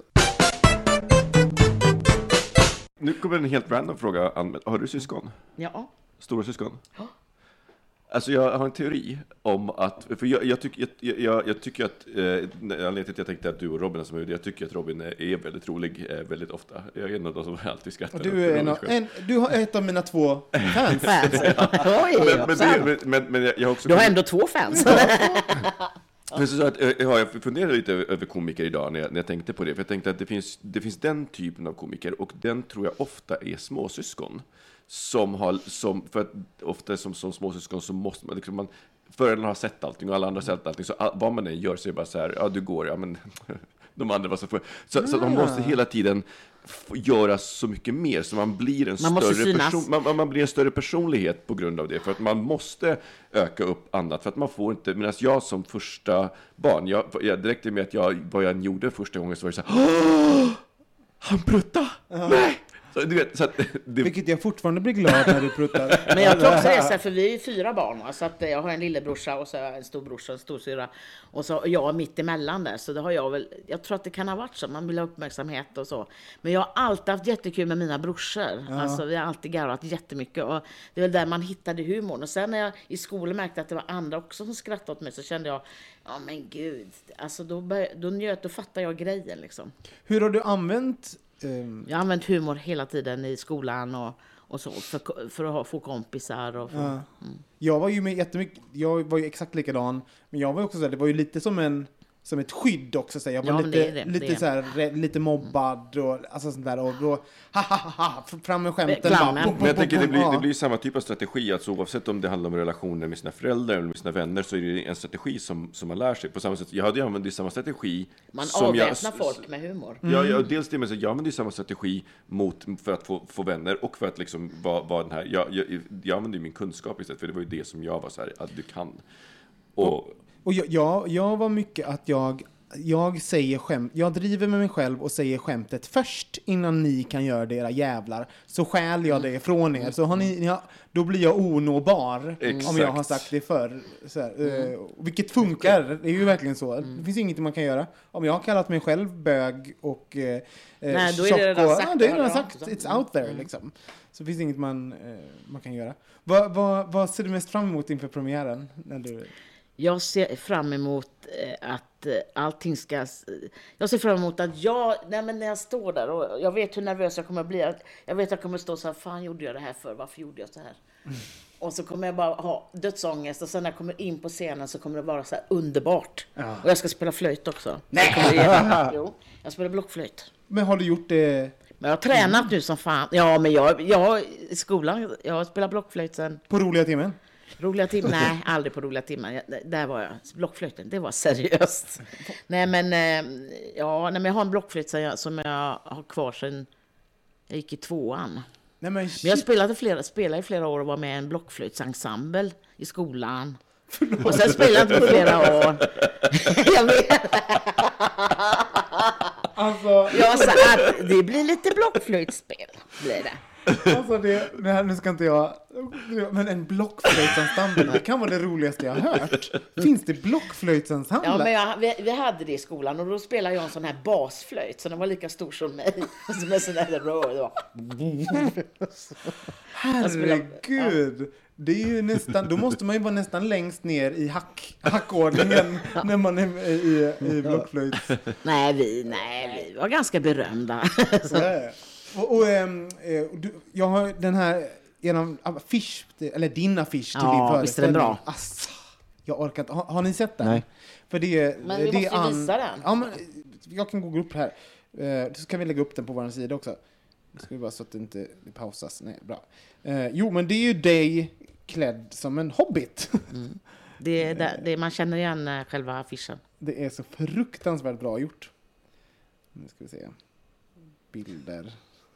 Nu kommer en helt random fråga. Har du syskon? Ja. Stora syskon? Ja. Alltså jag har en teori om att, för jag, jag, tyck, jag, jag, jag tycker att, eh, anledningen till att jag tänkte att du och Robin som är, jag tycker att Robin är, är väldigt rolig eh, väldigt ofta. Jag är en av de som alltid skrattar. Du är en, en, du har ett av mina två fans. fans. Oj, men, men, det, men, men, men jag, jag har också... Du har ändå två fans. Ja. Så att, jag, jag funderade lite över komiker idag när jag, när jag tänkte på det. För jag tänkte att det finns, det finns den typen av komiker och den tror jag ofta är småsyskon. Som har, som, för att ofta som, som småsyskon så måste man, liksom man, föräldrarna har sett allting och alla andra har sett allting, så all, vad man än gör så är det bara så här, ja du går, ja men de andra var så för, så, mm. så de måste hela tiden f- göra så mycket mer, så man blir en man större person, man, man blir en större personlighet på grund av det, för att man måste öka upp annat, för att man får inte, medan jag som första barn, jag, jag direkt med att jag, vad jag gjorde första gången så var det så här, han prutta, uh-huh. nej! Så, du vet, så att, det... Vilket jag fortfarande blir glad när du pruttar. Men jag tror också det, så här, för vi är fyra barn. Så att jag har en lillebrorsa och så en storbrorsa och en storsyra. Och så jag mitt emellan där. Så det har jag väl, jag tror att det kan ha varit så. Man vill ha uppmärksamhet och så. Men jag har alltid haft jättekul med mina brorsor. Ja. Alltså vi har alltid garvat jättemycket. Och det är väl där man hittade humorn. Och sen när jag i skolan märkte att det var andra också som skrattade åt mig, så kände jag, ja men gud. Alltså då, bör, då njöt, då fattar jag grejen liksom. Hur har du använt... Um... Jag har använt humor hela tiden i skolan och, och så för, för att ha, få kompisar och för, ja. mm. Jag var ju med jättemycket, jag var ju exakt likadan, men jag var ju också så här, det var ju lite som en som ett skydd också. Så jag var Ja, lite, det är det, lite, det är. så här, lite mobbad och alltså sånt där. Och då, ha, ha, ha, ha, fram med skämten. Clownen. Bara, bom, Men jag bom, tänker det bom, blir, ja. det blir samma typ av strategi, alltså oavsett om det handlar om relationer med sina föräldrar eller med sina vänner, så är det en strategi som, som man lär sig på samma sätt. Jag hade ju använt samma strategi. Man som jag, avväpnar folk med humor. Ja, ja, dels det, men så jag använder ju samma strategi mot, för att få, få vänner och för att liksom vara var den här, jag, jag, jag använde ju min kunskap istället, för det var ju det som jag var så här, att du kan. Och, Och, och jag, jag, jag var mycket att jag Jag säger skämt, jag driver med mig själv och säger skämtet först innan ni kan göra det, era jävlar. Så stjäl jag det ifrån er. Så har ni, ja, då blir jag onåbar. Exakt. Om jag har sagt det förr. Så här, mm. uh, vilket funkar, det är ju verkligen så. Mm. Det finns inget man kan göra. Om jag har kallat mig själv bög och uh, Nej, då är det redan sagt. Ja, det är redan sagt. It's out there mm. liksom. Så finns det inget man, uh, man kan göra. Vad, vad, vad ser du mest fram emot inför premiären? När du... Jag ser fram emot eh, att eh, allting ska... Jag ser fram emot att jag... Nej, men när jag står där och jag vet hur nervös jag kommer att bli. Att jag vet att jag kommer att stå så här, fan gjorde jag det här för? Varför gjorde jag så här? Mm. Och så kommer jag bara ha dödsångest. Och sen när jag kommer in på scenen så kommer det vara så här underbart. Ja. Och jag ska spela flöjt också. Nej! Jag, jo, jag spelar blockflöjt. Men har du gjort det... Men jag har tränat mm. nu som fan. Ja, men jag, jag i skolan, jag har spelat blockflöjt sen... På roliga timmen? Roliga timmar? Nej, aldrig på roliga timmar. Jag, där var jag. Blockflöjten, det var seriöst. Nej, men, ja, nej, men jag har en blockflöjt som jag, som jag har kvar sedan jag gick i tvåan. Nej, men, men jag spelade, flera, spelade i flera år och var med i en blockflöjtsensemble i skolan. Förlåt. Och sen spelade jag på flera år. Jag vet. Alltså... Jag sa att det blir lite blockflöjtspel, blir det. Alltså det, det här, nu ska inte jag, men en blockflöjtsensemble, det kan vara det roligaste jag har hört. Finns det blockflöjtsensemble? Ja, men jag, vi, vi hade det i skolan och då spelade jag en sån här basflöjt, så den var lika stor som mig. Som en sån här rör. Herregud, ja. Det är ju nästan, då måste man ju vara nästan längst ner i hack, hackordningen när man är i, i blockflöjt. Nej, vi, nej, vi var ganska berömda. Ja. Och, och ähm, du, jag har den här genom affisch, eller din affisch till ja, din visst är den bra. Asså, jag orkar inte. Har, har ni sett den? Nej. För det, men vi det måste an... visa den. Ja, men jag kan gå upp här. Uh, så kan vi lägga upp den på vår sida också. Nu ska vi bara så att det inte pausas. Nej, bra. Uh, jo, men det är ju dig klädd som en hobbit. Mm. Det är det, det, man känner igen uh, själva affischen. Det är så fruktansvärt bra gjort. Nu ska vi se. Bilder.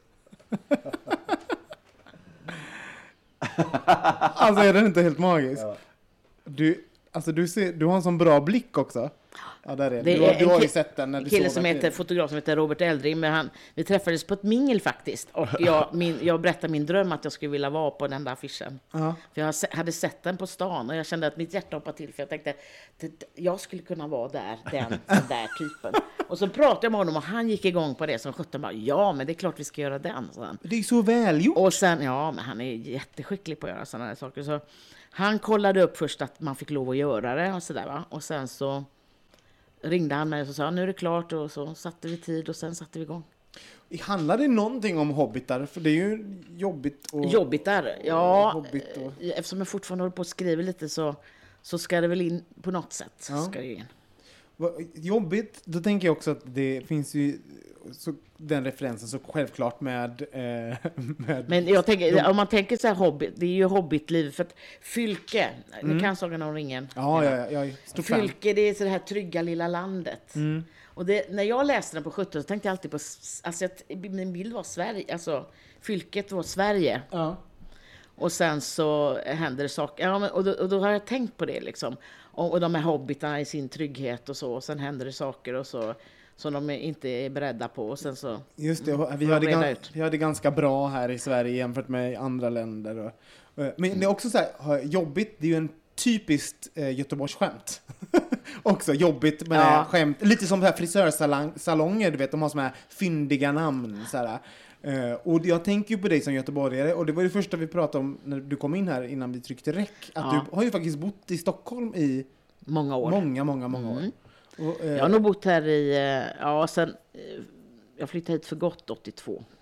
Alltså är den inte helt magisk? Ja. Du, alltså du, ser, du har en sån bra blick också. Ja, där är det. Du, är du har ju sett den när du kille såg som heter, fotograf som heter Robert Eldring, men han, vi träffades på ett mingel faktiskt. Och jag, min, jag berättade min dröm att jag skulle vilja vara på den där affischen. Uh-huh. För jag hade sett den på stan och jag kände att mitt hjärta hoppade till. För jag tänkte, jag skulle kunna vara där, den, den där typen. Och så pratade jag med honom och han gick igång på det som sjutton bara, ja men det är klart vi ska göra den. Så han. Det är så välgjort. Och sen, ja men han är jätteskicklig på att göra sådana här saker. Så han kollade upp först att man fick lov att göra det och sådär va. Och sen så ringde han mig och sa, nu är det klart, och så satte vi tid och sen satte vi igång. Handlar det någonting om hobbitar? För det är ju jobbigt. Och, jobbitar, ja. Och hobbit och... Eftersom jag fortfarande håller på att skriva lite så, så ska det väl in på något sätt. Ja. Ska det in. Jobbigt, då tänker jag också att det finns ju så, den referensen så självklart med... Eh, med Men jag tänker, om man tänker så här hobbit, det är ju hobbitliv för att Fylke, mm. ni kan Sagan om ringen. Ja, ja, ja, ja. Fylke, det är så det här trygga lilla landet. Mm. Och det, när jag läste den på sjutton så tänkte jag alltid på, alltså att min bild var Sverige, alltså Fylket var Sverige. Ja. Och sen så händer det saker, ja, men, och, då, och då har jag tänkt på det liksom. Och, och de här hobbitarna i sin trygghet och så, och sen händer det saker och så som de inte är beredda på, och sen så... Just det, vi hade, gan- vi hade ganska bra här i Sverige jämfört med andra länder. Och, och, men det är också så här, jobbigt, det är ju en typiskt eh, Göteborgsskämt. Också jobbigt med ja. skämt, lite som här frisörsalonger, du vet, de har såna här fyndiga namn så här. Uh, och jag tänker ju på dig som göteborgare, och det var det första vi pratade om när du kom in här innan vi tryckte räck, att ja. du har ju faktiskt bott i Stockholm i många år. Många, många, många mm. år. Och, uh, jag har nog bott här i, ja sen, jag flyttade hit för gott åttiotvå.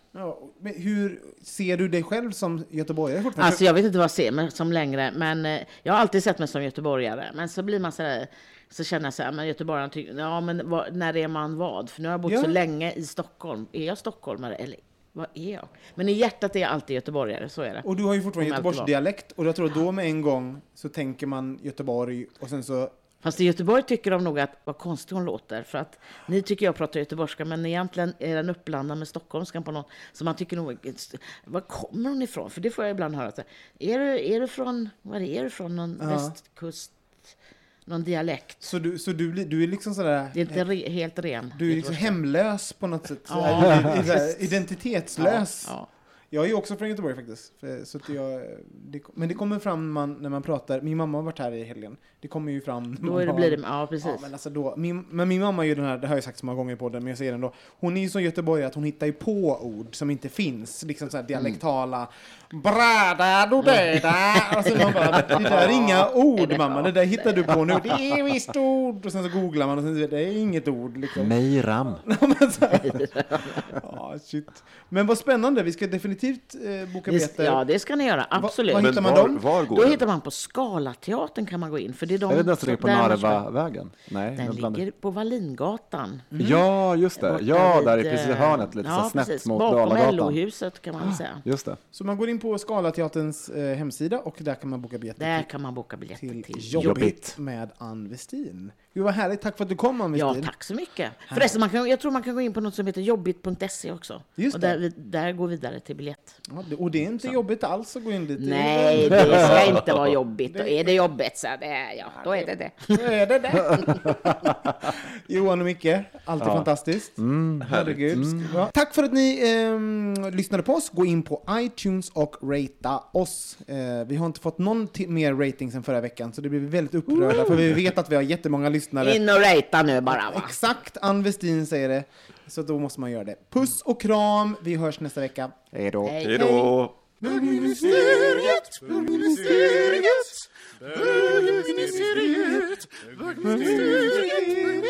Ja, men hur ser du dig själv som göteborgare fortfarande? Alltså jag vet inte vad jag ser mig som längre, men eh, jag har alltid sett mig som göteborgare. Men så blir man så där, så känner jag så här, men göteborgaren tycker, ja men vad, när är man vad? För nu har jag bott Ja. så länge i Stockholm. Är jag stockholmare eller vad är jag? Men i hjärtat är jag alltid göteborgare, så är det. Och du har ju fortfarande Om alltid var. Göteborgsdialekt, och jag tror att då med en gång så tänker man Göteborg och sen så... Fast i Göteborg tycker de nog att vad konstigt hon låter. För att ni tycker jag pratar göteborgska, men egentligen är den uppblandad med stockholmskan på något. Så man tycker nog, var kommer hon ifrån? För det får jag ibland höra. Så, är, du, är du från, vad är det, är du från någon Ja. västkust, någon dialekt? Så du, så du, blir- du är liksom sådär... Det är inte re, helt ren. Du är liksom hemlös på något sätt. Ja. Eller, såhär, identitetslös. Ja, ja. Jag är ju också från Göteborg faktiskt. För- Så att jag, det, men det kommer fram man, när man pratar. Min mamma har varit här i helgen. Det kommer ju fram. när Då man är det, har- blir det, ja precis. Ja, men, alltså då, min, men min mamma är ju den här, det har jag sagt så många gånger på den, men jag säger den då. Hon är ju som Göteborg att hon hittar ju på ord som inte finns. Liksom så här dialektala. Bräda, do deda. Alltså man bara, det där är inga ord mamma. Det där hittar du på nu. Det är visst ord. Och sen så googlar man och sen säger det är inget ord. Liksom. Mejram. Men så här- Ja, shit. Men vad spännande, vi ska definitivt eh, boka biljetter. Ja, det ska ni göra, absolut. vad Men hittar man var, dem? var går Då den? hittar man på Scalateatern kan man gå in. För det är de Är det den som ligger på där man ska- Narvavägen? Nej, Den jag blandar. ligger på Wallingatan. Ja, just det. Borta Ja, vid, där är precis i eh, hörnet, lite ja, så snett precis. mot Bakom Dalagatan. L O-huset kan man väl säga. Just det. Så man går in på Scalateaterns eh, hemsida och där kan man boka biljetter Där till, kan man boka biljetter till till. Jobbigt, Jobbigt. med Ann Westin. Gud vad härligt, tack för att du kom Ann Ja, Westin. tack så mycket. Förresten, man kan, jag tror man kan gå in på något som heter jobbigt punkt se också. Just och det. där, vi- där går vidare till biljett. Ja, det- och det är inte jobbigt alls att gå in dit. Nej, det ska inte vara jobbigt. Och är det jobbigt så det är, ja, då är det det. Så är det det. Johan och Micke, alltid fantastiskt. Mm. Herregud. Ja. Tack för att ni ehm, lyssnade på oss. Gå in på iTunes och ratea oss. Eh, vi har inte fått någon ti- mer ratings än förra veckan, så det blir vi väldigt upprörda. För vi vet att vi har jättemånga lyssnare. In och ratea nu bara, va? Exakt, Ann Westin säger det. Så då måste man göra det. Puss och kram. Vi hörs nästa vecka. Hej då. Hej då! Bögministeriet, bögministeriet, bögministeriet, bögministeriet,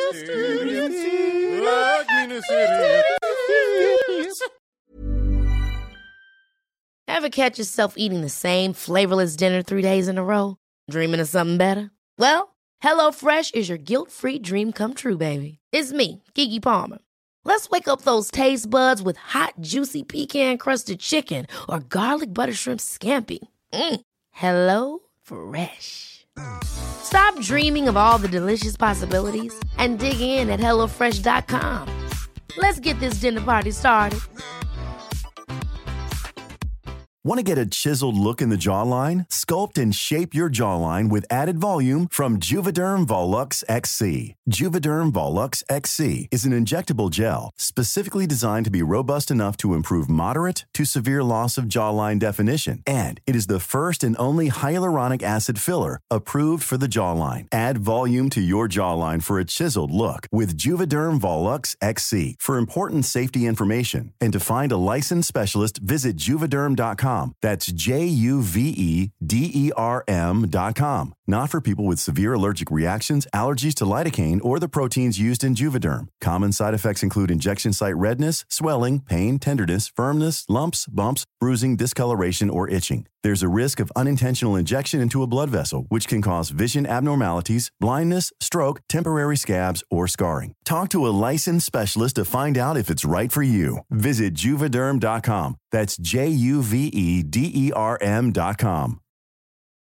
bögministeriet. Ever catch yourself eating the same flavorless dinner three days in a row? Dreaming of something better? Well, HelloFresh is your guilt-free dream come true, baby. It's me, Keke Palmer. Let's wake up those taste buds with hot, juicy pecan-crusted chicken or garlic butter shrimp scampi. Mm. Hello Fresh. Stop dreaming of all the delicious possibilities and dig in at hello fresh dot com. Let's get this dinner party started. Want to get a chiseled look in the jawline? Sculpt and shape your jawline with added volume from Juvederm Volux X C. Juvederm Volux X C is an injectable gel specifically designed to be robust enough to improve moderate to severe loss of jawline definition. And it is the first and only hyaluronic acid filler approved for the jawline. Add volume to your jawline for a chiseled look with Juvederm Volux X C. For important safety information and to find a licensed specialist, visit juvederm dot com. That's J U V E D E R M dot com. Not for people with severe allergic reactions, allergies to lidocaine, or the proteins used in Juvederm. Common side effects include injection site redness, swelling, pain, tenderness, firmness, lumps, bumps, bruising, discoloration, or itching. There's a risk of unintentional injection into a blood vessel, which can cause vision abnormalities, blindness, stroke, temporary scabs, or scarring. Talk to a licensed specialist to find out if it's right for you. Visit juvederm dot com. That's J U V E D E R M dot com.